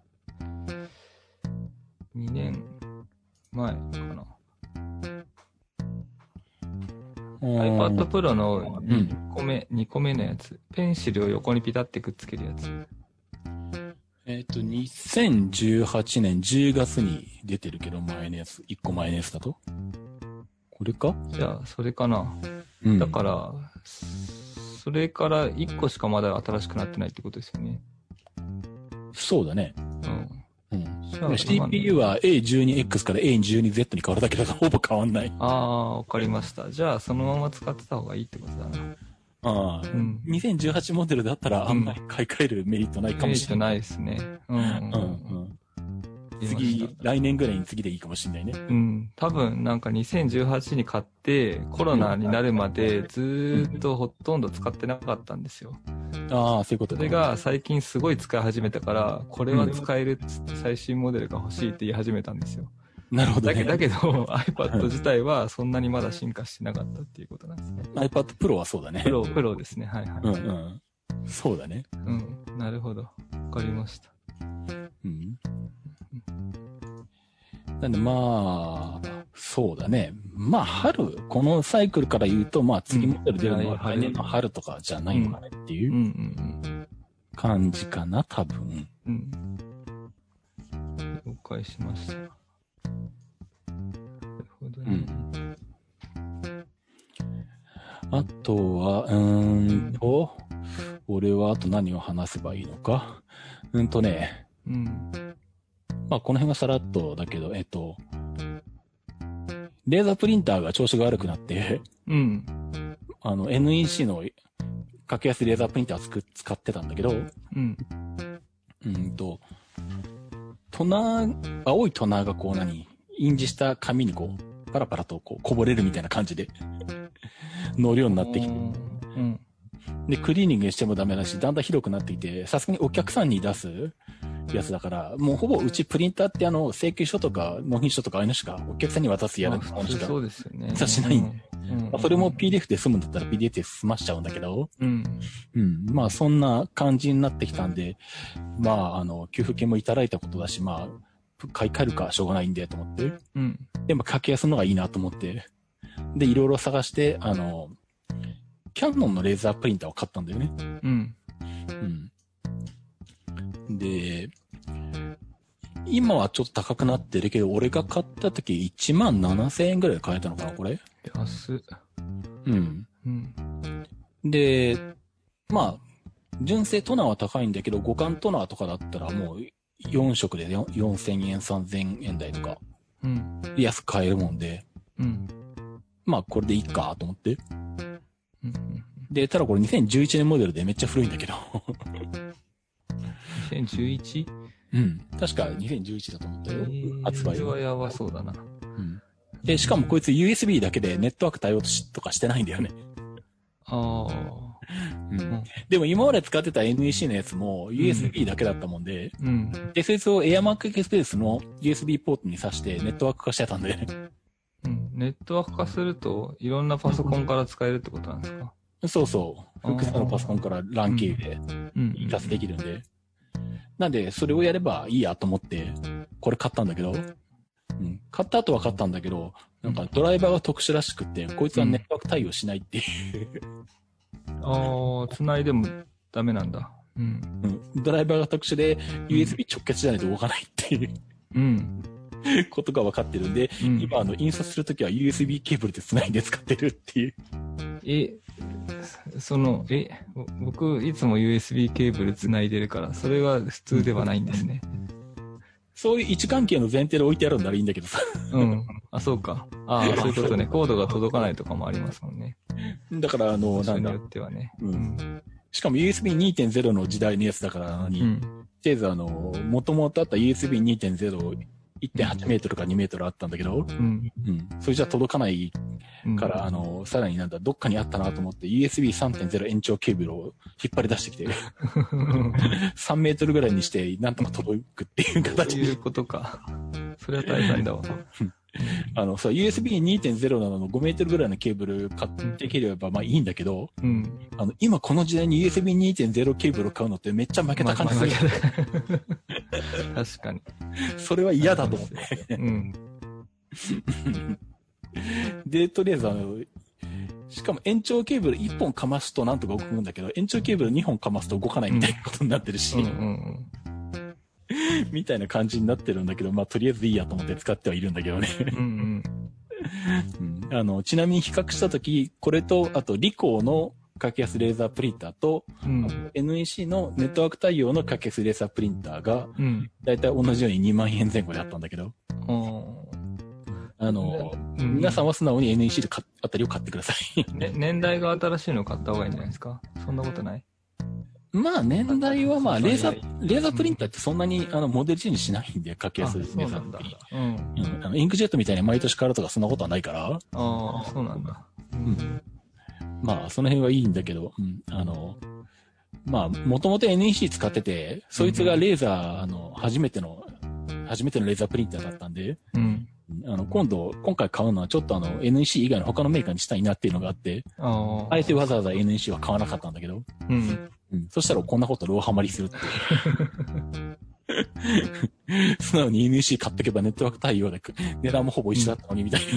にねんまえかな。iPad Pro のにこめ、うん、にこめのやつ。ペンシルを横にピタってくっつけるやつ。 えっと、にせんじゅうはちねんじゅうがつに出てるけど、前のやつ。いっこまえのやつだとこれか？ じゃあ、それかな。 うん、 だから、それからいっこしかまだ新しくなってないってことですよね。 そうだね。 うん。 うん、シーピーユー は エーじゅうにエックス から エーじゅうにゼット に変わるだけだからほぼ変わんない。 ああ、わかりました。じゃあ、そのまま使ってた方がいいってことだな。 ああ、うん、にせんじゅうはちモデルだったらあんまり買い替えるメリットないかもしれない。 メリットないですね。うん、うん。うんうん次、来年ぐらいに次でいいかもしれないね。 うん。多分、なんかにせんじゅうはちに買って、コロナになるまでずーっとほとんど使ってなかったんですよ。 ああ、そういうことか。それが最近すごい使い始めたから、これは使えるっつって最新モデルが欲しいって言い始めたんですよ。 なるほどね。 だけど、iPad 自体はそんなにまだ進化してなかったっていうことなんですね。 iPad Pro はそうだね。 プロ、プロですね。はいはい。 うんうん。そうだね。 うん。なるほど。わかりました。 うん。なんでまあ、そうだね。まあ春、このサイクルから言うと、まあ次モデル出るのは来年の春とかじゃないのかねっていう感じかな、多分。 うん。了解しました。なるほどね。 うん。あとは、うーんと、俺はあと何を話せばいいのか。うんとね。 うん。 まあこの辺がさらっとだけど、えっと、レーザープリンターが調子が悪くなって、 うん。 あの エヌイーシー の格安レーザープリンターをつく使ってたんだけど、 うん。 うんと、トナー、青いトナーがこう何、印字した紙にこう、パラパラとこうこぼれるみたいな感じで乗るようになってきて、うん。で、クリーニングしてもダメだし、だんだん広くなってきて、さすがにお客さんに出すやつだから、もうほぼうちプリンターってあの、請求書とか納品書とかああいうのしかお客さんに渡すやるものしかそうですよね。 出しないんで。 うんうんまあ、それも ピーディーエフ で済むんだったら ピーディーエフ で済ましちゃうんだけど、 うん。 うん。まあそんな感じになってきたんで、まああの、給付金もいただいたことだし、まあ、買い替えるかしょうがないんでと思って。 うん。 でも格安のがいいなと思って。で、いろいろ探して、あの、キャノンのレーザープリンターを買ったんだよね。 うん。 うん。で、今はちょっと高くなってるけど、俺が買った時いちまんななせんえんぐらいで買えたのかな、これ。 安っ。 うん。 うん。 で、まあ、純正トナーは高いんだけど、互換トナーとかだったらもうよん色でよんせんえん、さんぜんえん台とか、 うん。 安く買えるもんで、 うん。 まあこれでいいかと思って。 うん。 で、ただこれにせんじゅういちねんモデルでめっちゃ古いんだけど。 にせんじゅういち? うん。確かにせんじゅういちだと思ったよ。えー、発売は。 それはやばそうだな。 うん。で、しかもこいつ ユーエスビー だけでネットワーク対応とかしてないんだよね。 ああ。 うん。でも今まで使ってた エヌイーシー のやつも ユーエスビー だけだったもんで、 うん。 で、そいつを AirMac Express の ユーエスビー ポートに挿してネットワーク化してたんで。 うん。ネットワーク化するといろんなパソコンから使えるってことなんですか？ そうそう。複数のパソコンから ラン 経由で印刷できるんで。うんうん、なんで、それをやればいいやと思って、これ買ったんだけど、うん。買った後は買ったんだけど、なんかドライバーが特殊らしくって、こいつはネットワーク対応しないっていう。 ああ、繋いでもダメなんだ。うん。 うん。ドライバーが特殊で ユーエスビー 直結じゃないと動かないっていう。うん。ことが分かってるんで、うん、今あの、印刷するときは ユーエスビー ケーブルで繋いで使ってるっていう。 え、その、え、僕、いつも ユーエスビー ケーブル繋いでるから、それは普通ではないんですね。 そういう位置関係の前提で置いてあるんならいいんだけどさ。 うん。あ、そうか。ああ、そういうことね。コードが届かないとかもありますもんね。 だから、あの、なんだ。 によってはね。 うん。しかも ユーエスビーにてんゼロ の時代のやつだからに、うん、とりあえずあの、もともとあった ユーエスビーにてんゼロいってんはちメートルかにメートルあったんだけど、 うん。 うん。それじゃ届かないから、うん、あの、さらになんだ、どっかにあったなと思って ユーエスビーさんてんゼロ 延長ケーブルを引っ張り出してきて、さんメートルぐらいにして、なんとか届くっていう形そういうことか。それは大変だわ。 あの、そう、ユーエスビーにてんゼロ なののごメートルぐらいのケーブル買っていければまあいいんだけど、うん。あの、今この時代に ユーエスビーにてんゼロ ケーブルを買うのってめっちゃ負けた感じする。 確かに。 それは嫌だと思って。うん。で、とりあえずあの、しかも延長ケーブルいっぽんかますとなんとか動くんだけど、延長ケーブルにほんかますと動かないみたいなことになってるし、うんうんうんみたいな感じになってるんだけど、まあ、とりあえずいいやと思って使ってはいるんだけどね。うんうんうん、あの、ちなみに比較したとき、これと、あと、リコーの格安レーザープリンターと、うん、エヌイーシー のネットワーク対応の格安レーザープリンターが、うん、だいたい同じようににまんえんぜん後であったんだけど、うん、あの、うん、皆さんは素直に エヌイーシー であたりを買ってください、 ね。年代が新しいの買った方がいいんじゃないですか？そんなことない？ まあ年代はまあレーザー、レーザープリンターってそんなにあのモデルチェンジしないんで、格安レーザープリンター。うん。あのインクジェットみたいに毎年変わるとかそんなことはないから。ああ、そうなんだ。 うん。まあその辺はいいんだけど、うん。あの、まあもともと エヌイーシー 使ってて、そいつがレーザー、あの、初めての、初めてのレーザープリンターだったんで、うん。あの、今度、今回買うのはちょっとあの、エヌイーシー 以外の他のメーカーにしたいなっていうのがあって、ああえてわざわざ エヌイーシー は買わなかったんだけど、うん。うん、そしたらこんなことローハマりするっていう。素直に エヌイーシー 買ってけばネットワーク対応で値段もほぼ一緒だったのにみたい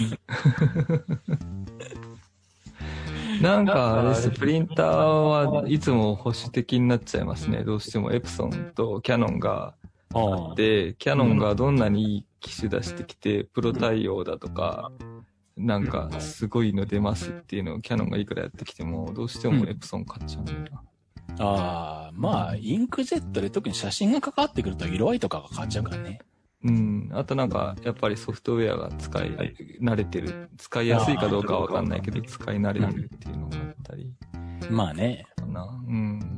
な。なんかあれです、プリンターはいつも保守的になっちゃいますね。どうしてもエプソンとキヤノンがあって、キヤノンがどんなにいい機種出してきて、プロ対応だとか、なんかすごいの出ますっていうのをキヤノンがいくらやってきても、どうしてもエプソン買っちゃうんだよな。 ああ、まあ、インクジェットで特に写真が関わってくると色合いとかが変わっちゃうからね。 うん。あとなんか、やっぱりソフトウェアが使い慣れてる。使いやすいかどうかはわかんないけど、使い慣れてるっていうのがあったり。 まあね。 かな。うん。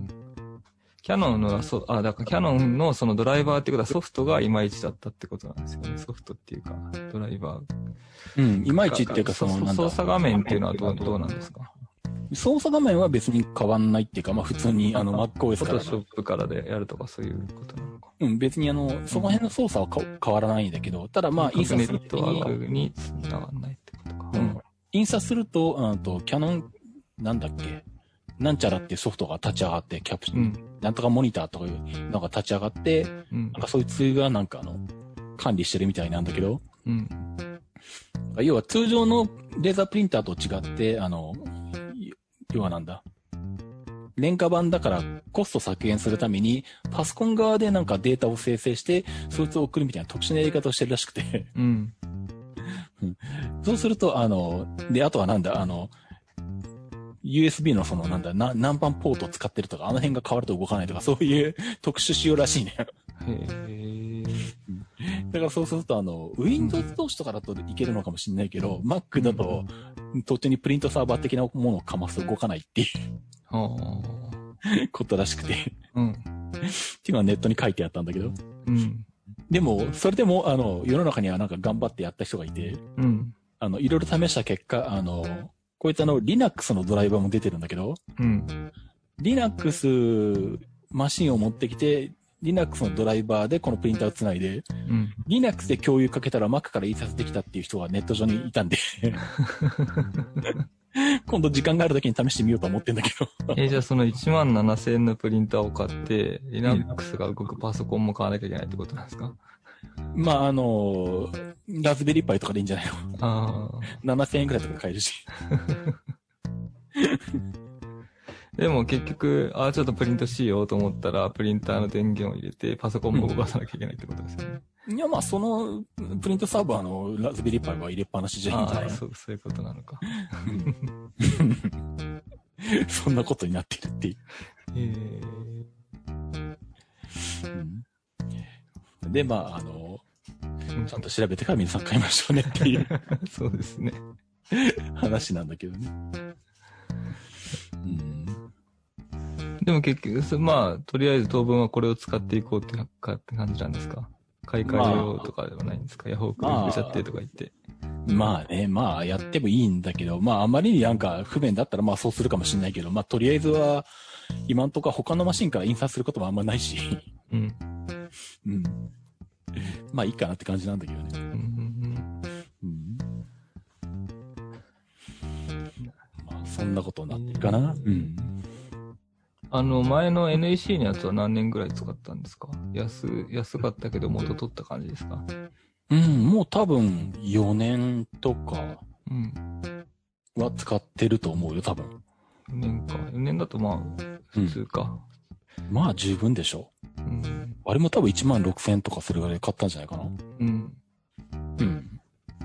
キヤノンの、そう、あ、だからキヤノンのそのドライバーっていうことはソフトがいまいちだったってことなんですよね。ソフトっていうか、ドライバー。うん、いまいちっていうかその、 操作画面っていうのはどう、どうなんですか？ 操作画面は別に変わんないっていうか、まあ普通にあの MacOS から。 フォトショップからでやるとかそういうことなのか。 うん、別にあの、その辺の操作はか、うん、変わらないんだけど、ただまあ、 印刷すると。ネットワークに繋がんないってことか。 うん。印刷すると、あと、キヤノン、なんだっけ、なんちゃらっていうソフトが立ち上がって、キャプ、うん、なんとかモニターとかいうのが立ち上がって、うん、なんかそいつがなんかあの、管理してるみたいなんだけど、うん。要は通常のレーザープリンターと違って、あの、要はなんだ。廉価版だからコスト削減するためにパソコン側でなんかデータを生成してそいつを送るみたいな特殊なやり方をしてるらしくて、うん、そうするとあのであとはなんだあの ユーエスビー のそのなんだな何番ポートを使ってるとかあの辺が変わると動かないとかそういう特殊仕様らしいね。へー。だからそうするとあの Windows 同士とかだといけるのかもしれないけど、うん、Mac だと途中にプリントサーバー的なものをかますと動かないっていうことらしくて、うん、っていうのはネットに書いてあったんだけど、うん、でもそれでもあの世の中にはなんか頑張ってやった人がいて、うん、あのいろいろ試した結果あのこいつあの Linux のドライバーも出てるんだけど、うん、Linux マシンを持ってきてLinux のドライバーでこのプリンターをつないで、うん、Linux で共有かけたら Mac から印刷できたっていう人がネット上にいたんで今度時間がある時に試してみようと思ってんだけどえ、じゃあそのいちまんななせんえんのプリンターを買って、Linux が動くパソコンも買わなきゃいけないってことなんですか？ まあ、あの、ラズベリーパイとかでいいんじゃないの？ああ。ななせんえんくらいとか買えるし。 でも結局、ああ、ちょっとプリントしようと思ったら、プリンターの電源を入れて、パソコンも動かさなきゃいけないってことですよね。 うん、いや、まあ、その、プリントサーバーのラズベリーパイは入れっぱなしじゃいいんじゃないの？ そう、そういうことなのか。 そんなことになってるっていう。へうん、で、まあ、あの、ちゃんと調べてから皆さん買いましょうねっていう。 そうですね。 話なんだけどね。うんでも結局、まあ、とりあえず当分はこれを使っていこうってかって感じなんですか？ 買い替えようとかではないんですか、まあ、ヤフオクで売れちゃってとか言って。 まあね、まあやってもいいんだけど、まああまりになんか不便だったらまあそうするかもしれないけど、まあとりあえずは今んとこ他のマシンから印刷することもあんまないし。うん。うん。まあいいかなって感じなんだけどね。うん。うん。まあそんなことになってるかな。うん。 あの、前の エヌイーシー のやつは何年ぐらい使ったんですか？安、安かったけど元取った感じですか？ うん、もう多分よねんとかは使ってると思うよ、多分。よねんか。よねんだとまあ、普通か。 うん、まあ十分でしょ。うん。あれも多分いちまんろくせんとかそれぐらい買ったんじゃないかな。うん。うん。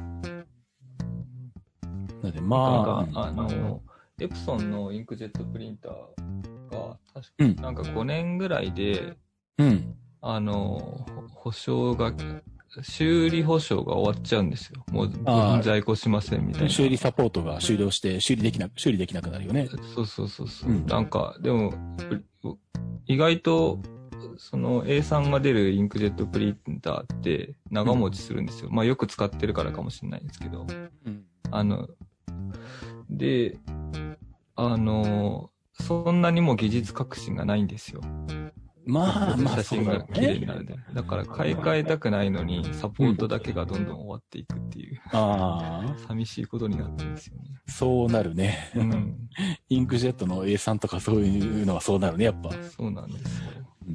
なんでまあ、あの、エプソンのインクジェットプリンターが、確かなんかごねんぐらいで、うん。あの、保証が、修理保証が終わっちゃうんですよ。もう部品在庫しませんみたいな。 修理サポートが終了して修理できなく、修理できなくなるよね。 そうそうそうそう、うん。なんか、でも、意外と、その エースリー が出るインクジェットプリンターって長持ちするんですよ。うん、まあよく使ってるからかもしれないんですけど。うん、あの、で、あの、そんなにも技術革新がないんですよ。 まあまあ、 写真が綺麗になるんで。だから買い替えたくないのに、サポートだけがどんどん終わっていくっていう。ああ。寂しいことになってるんですよね。 そうなるね。うん。インクジェットの エースリー とかそういうのはそうなるね、やっぱ。 そうなんですよ。うん、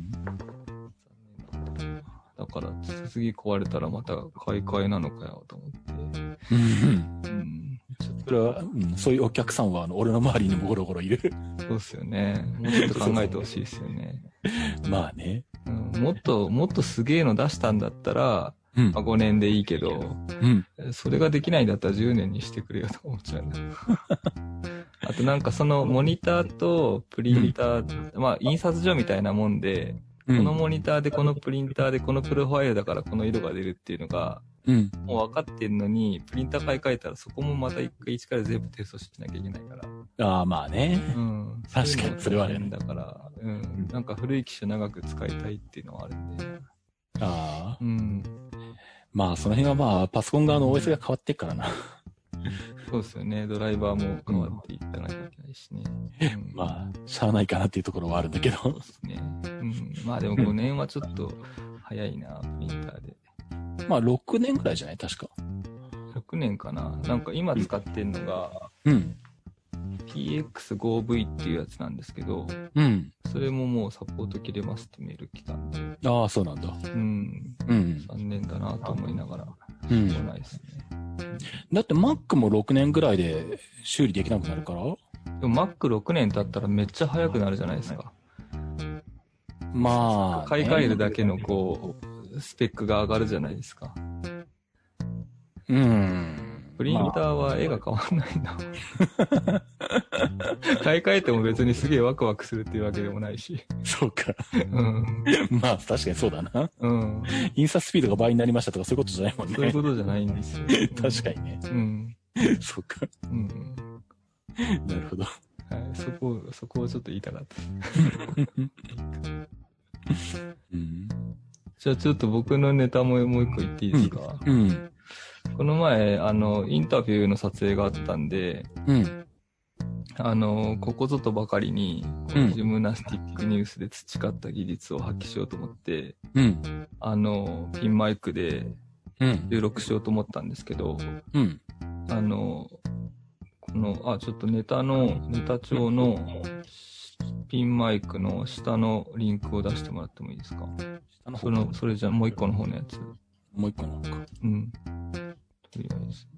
だから、次壊れたらまた買い替えなのかよと思って。うん。 それは、うん、そういうお客さんは、あの、俺の周りにもゴロゴロいる。 そうっすよね。もうちょっと考えてほしいですよね。 まあね、 うん。もっと、もっとすげえの出したんだったら、うん、まあ、ごねんでいいけど、うん、それができないんだったらじゅうねんにしてくれよと思っちゃうんだ。あとなんかそのモニターとプリンター、うん、まあ印刷所みたいなもんで、うん、このモニターでこのプリンターでこのプロファイルだからこの色が出るっていうのが、うん、もう分かってるのに、プリンター買い替えたらそこもまた一回一から全部テストしなきゃいけないから。 ああ、まあね。うん。確かに、それはあるんだから、うん。なんか古い機種長く使いたいっていうのはあるんで。ああ。うん。まあ、その辺はまあ、パソコン側の オーエス が変わってっからな。 そうですよね。ドライバーも変わっていったらなきゃいけないしね。 うん、まあ、しゃあないかなっていうところはあるんだけど。そうですね。うん。まあでもごねんはちょっと早いな、プリンターで。 まあ、ろくねんぐらいじゃない確か。 ろくねんかな。なんか今使ってんのが、うん。ピーエックスフォーブイ っていうやつなんですけど、うん。それももうサポート切れますってメール来たんで。 ああ、そうなんだ。 うん。うん。残念だなと思いながら、うん。しょうがないですね。 だって Mac もろくねんぐらいで修理できなくなるから？ でも Macろくねん経ったらめっちゃ早くなるじゃないですか。まあ、買い替えるだけのこう、スペックが上がるじゃないですか。うん。プリンターは絵が変わんないんだ。買い替えても別にすげえワクワクするっていうわけでもないし。 そうか。うん。まあ確かにそうだな。うん。印刷スピードが倍になりましたとかそういうことじゃないもんね。 そういうことじゃないんですよ。 確かにね。うん。そうか。うん。なるほど。はい。 そこ、そこをちょっと言いたかった。うん。じゃあちょっと僕のネタももう一個言っていいですか？うん。うんこの前、あの、インタビューの撮影があったんで、うん。あの、ここぞとばかりに、ジムナスティックニュースで培った技術を発揮しようと思って、うん。あの、ピンマイクで、収録しようと思ったんですけど、うん。あの、この、あ、ちょっとネタの、ネタ帳の、ピンマイクの下のリンクを出してもらってもいいですか？下のその、それじゃもう一個の方のやつ。 もう一個の方か。うん。 とりあえず。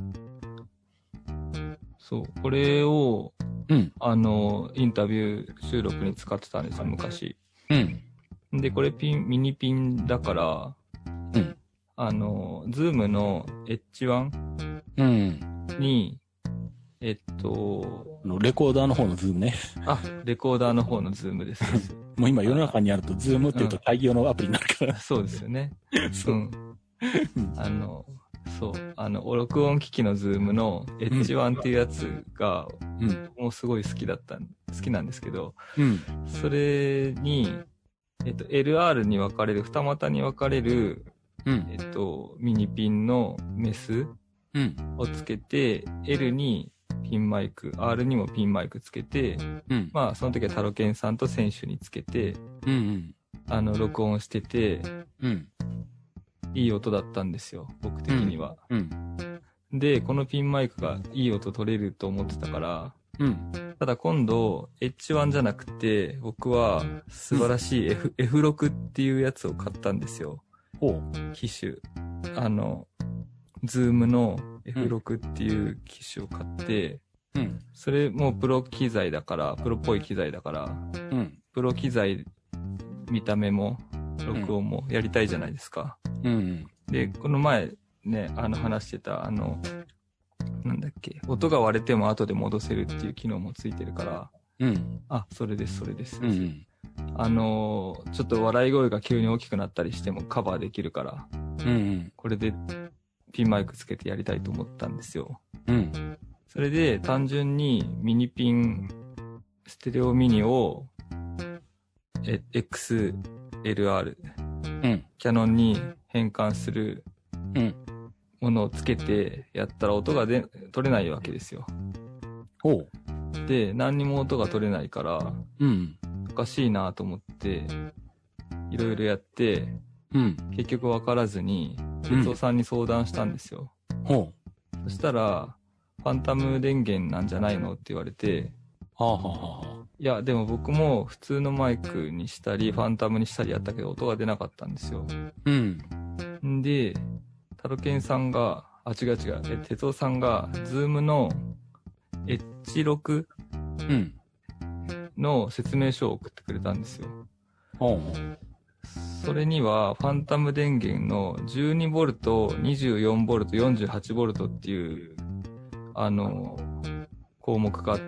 そう。これを、うん。あの、インタビュー収録に使ってたんですよ、昔。うん。で、これピン、ミニピンだから、うん。あの、ズームの エイチワン うん。に、えっと、 レコーダーの方のズームね。 あ、レコーダーの方のズームです。 もう今世の中にあると、ズームっていうと大量のアプリになるから。 うん、そうですよね。そう。うん。あの、そう。あの、録音機器のズームの エイチワン っていうやつが、うん、もうすごい好きだった、好きなんですけど、うん、それに、えっと、エルアール に分かれる、二股に分かれる、 うん。 えっと、ミニピンのメスうん。 をつけて、L にピンマイク、R にもピンマイクつけて、 うん。 まあ、その時はタロケンさんと選手につけて、 うん。うん。 あの、録音してて、 うん。 いい音だったんですよ、僕的には。 うん。 で、このピンマイクがいい音取れると思ってたから、 うん。 ただ今度、エイチワン じゃなくて、僕は素晴らしい F、エフろく っていうやつを買ったんですよ。 ほう。 機種。あの、ズームの エフろく っていう機種を買って、 うん。 それもプロ機材だから、プロっぽい機材だから、 うん。 プロ機材、見た目も、録音もやりたいじゃないですか。 うん。 で、この前ね、あの話してた、あの、なんだっけ、音が割れても後で戻せるっていう機能もついてるから、 うん。 あ、それです、それです。 うん。 あのー、ちょっと笑い声が急に大きくなったりしてもカバーできるから、 うん。 これでピンマイクつけてやりたいと思ったんですよ。 うん。 それで単純にミニピン、ステレオミニを、え、エックスエルアール、 うん。 キャノンに変換するうん。 ものをつけてやったら音がで取れないわけですよ。 ほう。 で、何にも音が取れないから、 うん。 おかしいなと思って、いろいろやって、 うん。 結局わからずに、哲夫さんに相談したんですよ。 ほう。 そしたら、ファンタム電源なんじゃないのって言われて、 はあはあはあ。 いや、でも僕も普通のマイクにしたり、ファンタムにしたりやったけど、音が出なかったんですよ。 うん。 んで、タロケンさんが、あ、違う違う、え、哲夫さんが、ズームの エイチろくうん。 の説明書を送ってくれたんですよ。 ほう。 それには、ファンタム電源の じゅうにボルト、にじゅうよんボルト、よんじゅうはちボルトっていう、あの、項目があって、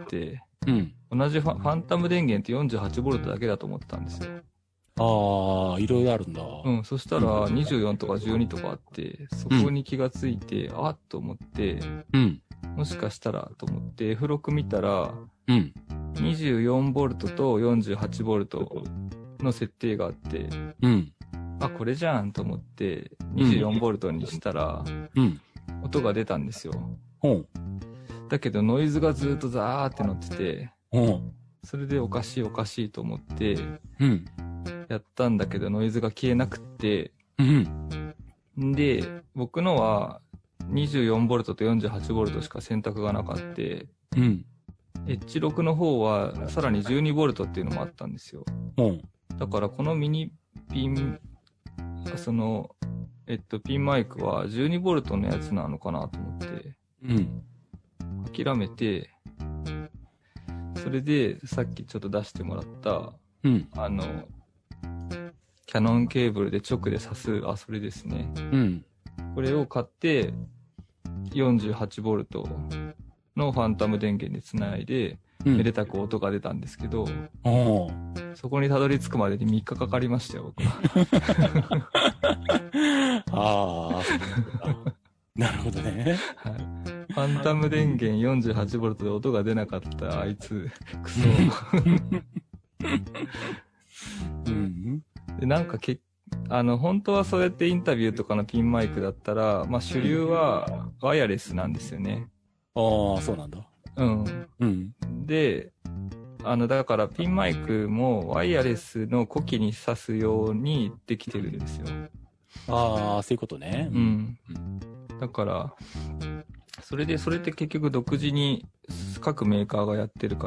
うん。 同じファファンタム電源って よんじゅうはちボルト だけだと思ってたんですよ。 ああ、いろいろあるんだ。 うん、そしたらにじゅうよんとかじゅうにとかあって、そこに気がついて、うん、あっと思って、 うん。 もしかしたらと思って エフろく 見たら、 うん。 にじゅうよんボルト と よんじゅうはちボルト の設定があって、 うん。 あ、これじゃんと思って、にじゅうよんボルト にしたら、 うん。 音が出たんですよ。 ほう。 だけどノイズがずっとザーって乗ってて、 ほう。 それでおかしいおかしいと思って、 うん。 やったんだけどノイズが消えなくって、 うん。 んで、僕のは にじゅうよんボルト と よんじゅうはちボルト しか選択がなかった。 うん。 エイチろく の方はさらに じゅうにボルト っていうのもあったんですよ。 ほう。 だからこのミニピン、その、えっと、ピンマイクは じゅうにボルト のやつなのかなと思って、 うん。 諦めて、それでさっきちょっと出してもらった、 うん。 あの、キャノンケーブルで直で挿す、あ、それですね。 うん。 これを買って、よんじゅうはちボルト のファンタム電源で繋いで、 うん、 めでたく音が出たんですけど、 おそこにたどり着くまでにみっかかかりましたよ、僕は。 ああ、なるほどね。 はい。ファンタム電源 よんじゅうはちボルト で音が出なかったあいつ、クソ。 うん、 で、なんかけ、あの、本当はそうやってインタビューとかのピンマイクだったら、まあ主流はワイヤレスなんですよね。 ああ、そうなんだ。 うん。 うん。 で、あの、だからピンマイクもワイヤレスの呼気に挿すようにできてるんですよ。 ああ、そういうことね。 うん。だから、それで、それって結局独自に各メーカーがやってるから、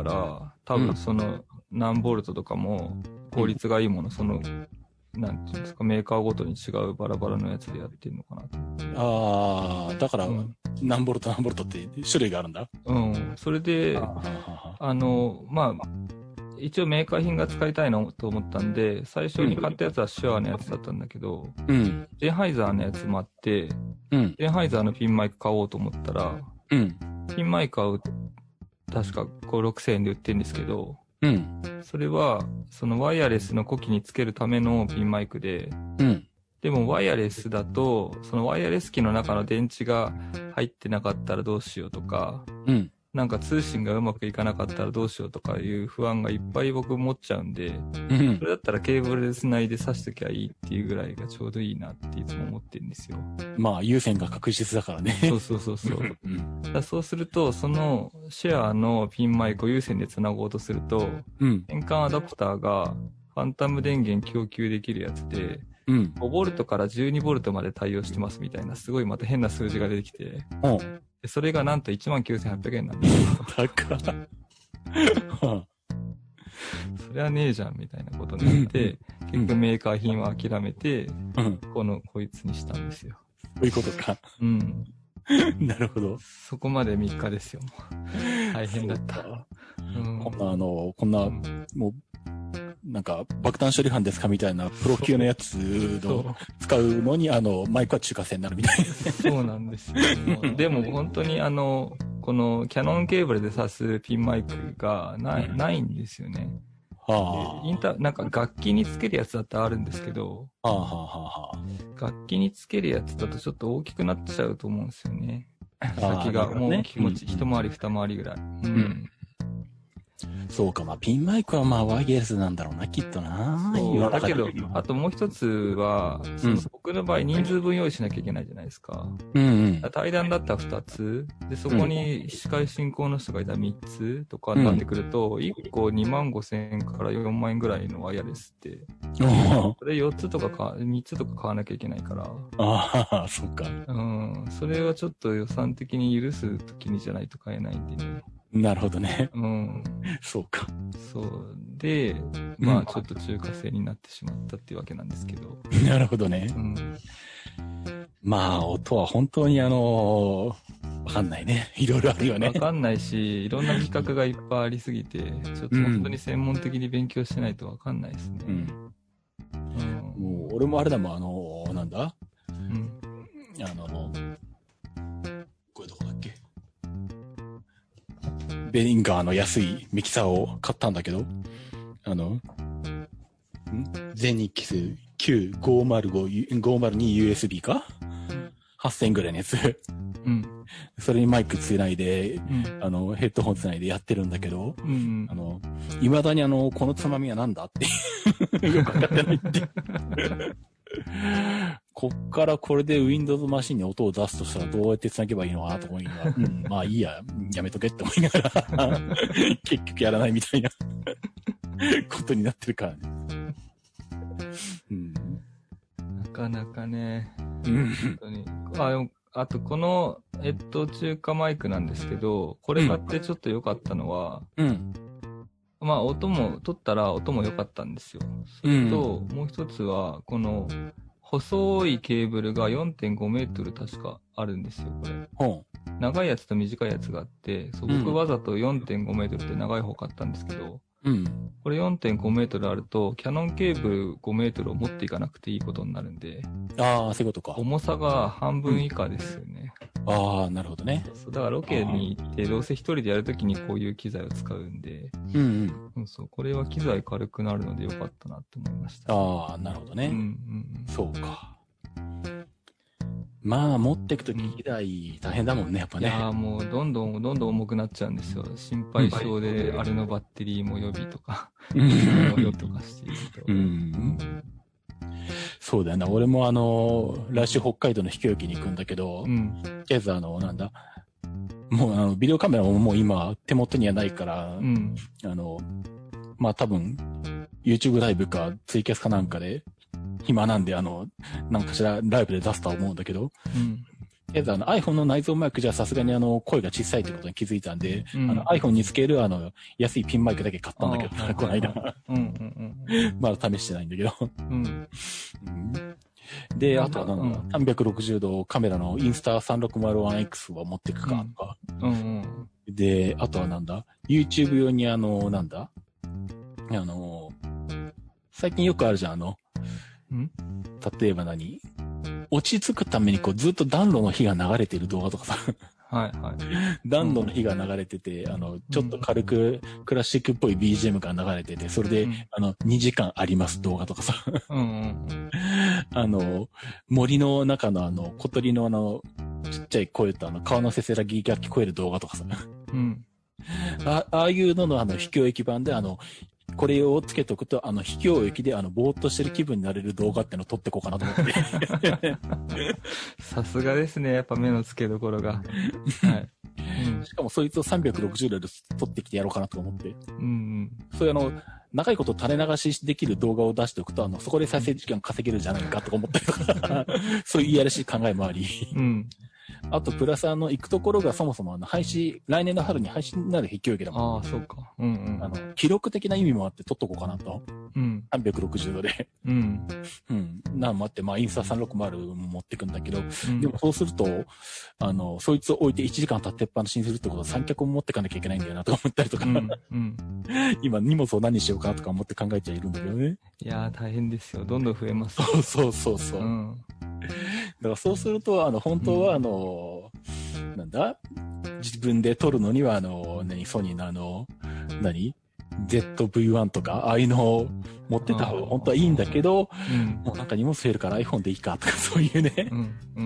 多分その何ボルトとかも効率がいいもの、その、なんていうんですか、メーカーごとに違うバラバラのやつでやってるのかなと。 ああ、だから、うん、何ボルト何ボルトって種類があるんだ。 うん。それで、あ, あの、まあ、一応メーカー品が使いたいのと思ったんで、最初に買ったやつはシュアーのやつだったんだけど、 うん。 ゼンハイザーのやつもあって、 うん。 ゼンハイザーのピンマイク買おうと思ったら、 うん。 ピンマイクは確かご、ろくせんえんで売ってるんですけど、 うん。 それは、そのワイヤレスの呼気につけるためのピンマイクで、 うん。 でもワイヤレスだと、そのワイヤレス機の中の電池が入ってなかったらどうしようとか、 うん。 なんか通信がうまくいかなかったらどうしようとかいう不安がいっぱい僕持っちゃうんで、 うん、 それだったらケーブルで繋いで挿しときゃいいっていうぐらいがちょうどいいなっていつも思ってるんですよ。 まあ、有線が確実だからね。 そうそうそうそう。 うん、 だそうすると、そのシェアのピンマイクを有線で繋ごうとすると、 うん、 変換アダプターがファンタム電源供給できるやつで、 うん、 ごボルトからじゅうにボルトまで対応してますみたいな、すごいまた変な数字が出てきて、 うん。 でそれがなんと いちまんきゅうせんはっぴゃくえんなんですよ。 高っ。 そりゃねえじゃんみたいなことになって、結局メーカー品は諦めて、 うん。 この、こいつにしたんですよ。 そういうことか。 うん。 なるほど。 そこまでみっかですよ、もう。大変だった。 うん、こんなあの、こんな、うん、もう、なんか、爆弾処理班ですかみたいな、プロ級のやつの使うのに、あの、マイクは中華製になるみたいな。 そうなんですよ。でも本当にあの、このキャノンケーブルで挿すピンマイクがない、ないんですよね。はあ、インター、なんか楽器につけるやつだったらあるんですけど、はあはあはあ、楽器につけるやつだとちょっと大きくなっちゃうと思うんですよね。先がもう気持ち、一回り二回りぐらい。うん。うんそうか、まあ、ピンマイクはまあ、ワイヤレスなんだろうな、きっとな。 そうだけど、あともう一つは、その僕の場合人数分用意しなきゃいけないじゃないですか。うんうん。対談だったら二つ。で、そこに司会進行の人がいたら三つとかになってくると、一、うん、個二万五千円から四万円ぐらいのワイヤレスって。それ四つとかか、三つとか買わなきゃいけないから。 ああ、そっか。 うん。それはちょっと予算的に許すときにじゃないと買えないんでね。 なるほどね。 うん。 そうか。 そう。で、まあちょっと中華製になってしまったっていうわけなんですけど。 なるほどね。うん。まあ、音は本当にあの、わかんないね。いろいろあるよね。 わかんないし、いろんな企画がいっぱいありすぎて、ちょっと本当に専門的に勉強してないとわかんないですね。うん。 うん、もう、俺もあれだもん、あの、なんだうん。あの、これどこだっけベリンガーの安いミキサーを買ったんだけど、あの、んゼニックスきゅうごーまるご、ごーまるにユーエスビー か、うん、はっせんえんぐらいのやつ。うん。それにマイクつないで、うん、あの、ヘッドホンつないでやってるんだけど、うん、あの、未だにあの、このつまみはなんだってよくわかってないって。こっからこれで Windows マシンに音を出すとしたらどうやって繋げばいいのかなと思いながら、うん、まあいいや、やめとけって思いながら、結局やらないみたいなことになってるからね。 うん、なかなかね、本当に。あ、あとこの、えっと、中華マイクなんですけど、これ買ってちょっと良かったのは、うん、まあ音も、撮ったら音も良かったんですよ。それと、もう一つは、この、細いケーブルが よんてんごメートル確かあるんですよ、これ。ほう。長いやつと短いやつがあって、そう、僕わざと よんてんごメートルって長い方買ったんですけど、うん。これ よんてんごメートルあると、キャノンケーブルごメートルを持っていかなくていいことになるんで。 ああ、そういうことか。 重さが半分以下ですよね。 うん、ああ、なるほどね。 そう、だからロケに行って、どうせ一人でやるときにこういう機材を使うんで。うんうん。そうそう、これは機材軽くなるのでよかったなって思いました。 ああ、なるほどね。うんうん。そうか。まあ、持っていくとき機材大変だもんね、やっぱね。 いやもう、どんどん、どんどん重くなっちゃうんですよ。心配性で、あれのバッテリーも予備とか、予備とかしていると。うん。 そうだよな。俺もあの、来週北海道の秘境駅に行くんだけど、うん。とりあえずあの、なんだ、もうあの、ビデオカメラももう今手元にはないから、うん。あの、まあ多分、YouTube ライブかツイキャスかなんかで、暇なんで、あの、なんかしらライブで出すとは思うんだけど、うん。とりあえずあの iPhone の内蔵マイクじゃさすがにあの、声が小さいってことに気づいたんで、うん、あの iPhone につけるあの、安いピンマイクだけ買ったんだけど、この間。うんうんうん。まだ試してないんだけど。うん。で、あとはなんだ、うん、さんびゃくろくじゅうどカメラのインスタ さんろくまるワンエックス を持っていくかとか。うんうんうん、で、あとはなんだ、YouTube 用にあの、なんだ、あの、最近よくあるじゃん、あの、ん例えば何落ち着くためにこうずっと暖炉の火が流れてる動画とかさ。はいはい。暖炉の火が流れてて、うん、あの、ちょっと軽くクラシックっぽい ビージーエム が流れてて、それで、うん、あの、にじかんあります動画とかさ。うんうん、あの、森の中のあの、小鳥のあの、ちっちゃい声とあの、川のせせらぎが聞こえる動画とかさ。ううん。 あああいうののあの、秘境駅版であの、これをつけとくと、あの、秘境駅であの、ぼーっとしてる気分になれる動画ってのを撮っていこうかなと思って。 さすがですね。やっぱ目の付けどころが。はい。 うん、しかもそいつをさんびゃくろくじゅうどで撮ってきてやろうかなと思って。 うんうん。 そういうあの、長いこと垂れ流しできる動画を出しておくと、あの、そこで再生時間稼げるじゃないかとか思ったりとか、そういういやらしい考えもあり。 うん。 あと、プラスあの、行くところがそもそもあの、廃止、来年の春に廃止になる秘境駅だもん。 ああ、そうか。うんうん。 あの、記録的な意味もあって撮っとこうかなと。 うん。 さんびゃくろくじゅうどで。 うん。 うん。なんもあって、まあ、インスタさんろくまるも持ってくんだけど、 うん、 でもそうすると、あの、そいつを置いていちじかん経ってっぱなしにするってことは三脚も持ってかなきゃいけないんだよなとか思ったりとか、 うんうん、 今荷物を何にしようかとか思って考えちゃいるんだけどね。 いやー大変ですよ。どんどん増えます。 そうそうそうそう。うん、だからそうすると、あの、本当はあの、うん、なんだ自分で撮るのには、あの、何、ソニーのあの、何ゼットブイワン とか、ああいうのを持ってた方が本当はいいんだけど、うん、もうなんか荷物増えるから iPhone でいいかとかそういうね。うんうん、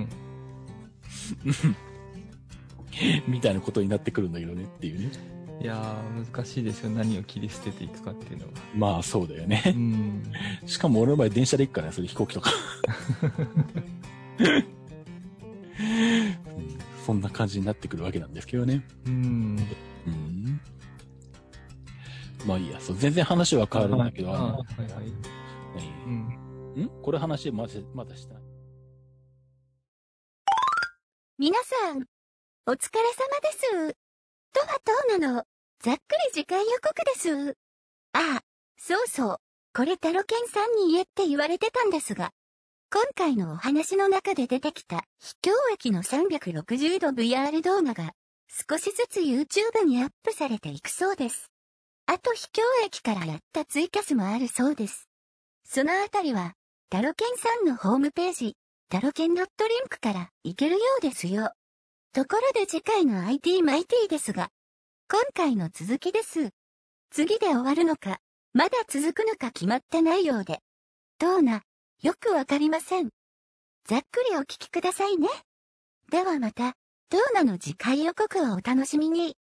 みたいなことになってくるんだけどねっていうね。 いやー難しいですよ。何を切り捨てていくかっていうのは。 まあそうだよね。うん、しかも俺の場合電車で行くからね、それ飛行機とか。そんな感じになってくるわけなんですけどね。うん。うん、まあいいや、そう、全然話は変わるんだけど、あの、はいはい。うん。んこれ話まだ、まだした。 皆さん、お疲れ様です。とはどうなの？ざっくり次回予告です。ああ、そうそう。これタロケンさんに言えって言われてたんですが、今回のお話の中で出てきた秘境駅のさんびゃくろくじゅうど ブイアール 動画が少しずつ YouTube にアップされていくそうです。あと秘境駅からやったツイキャスもあるそうです。そのあたりは、タロケンさんのホームページ、タロケン .リンクから行けるようですよ。ところで次回の アイティー マイティーですが、今回の続きです。次で終わるのか、まだ続くのか決まってないようで。どうな、よくわかりません。ざっくりお聞きくださいね。ではまた、どうなの次回予告をお楽しみに。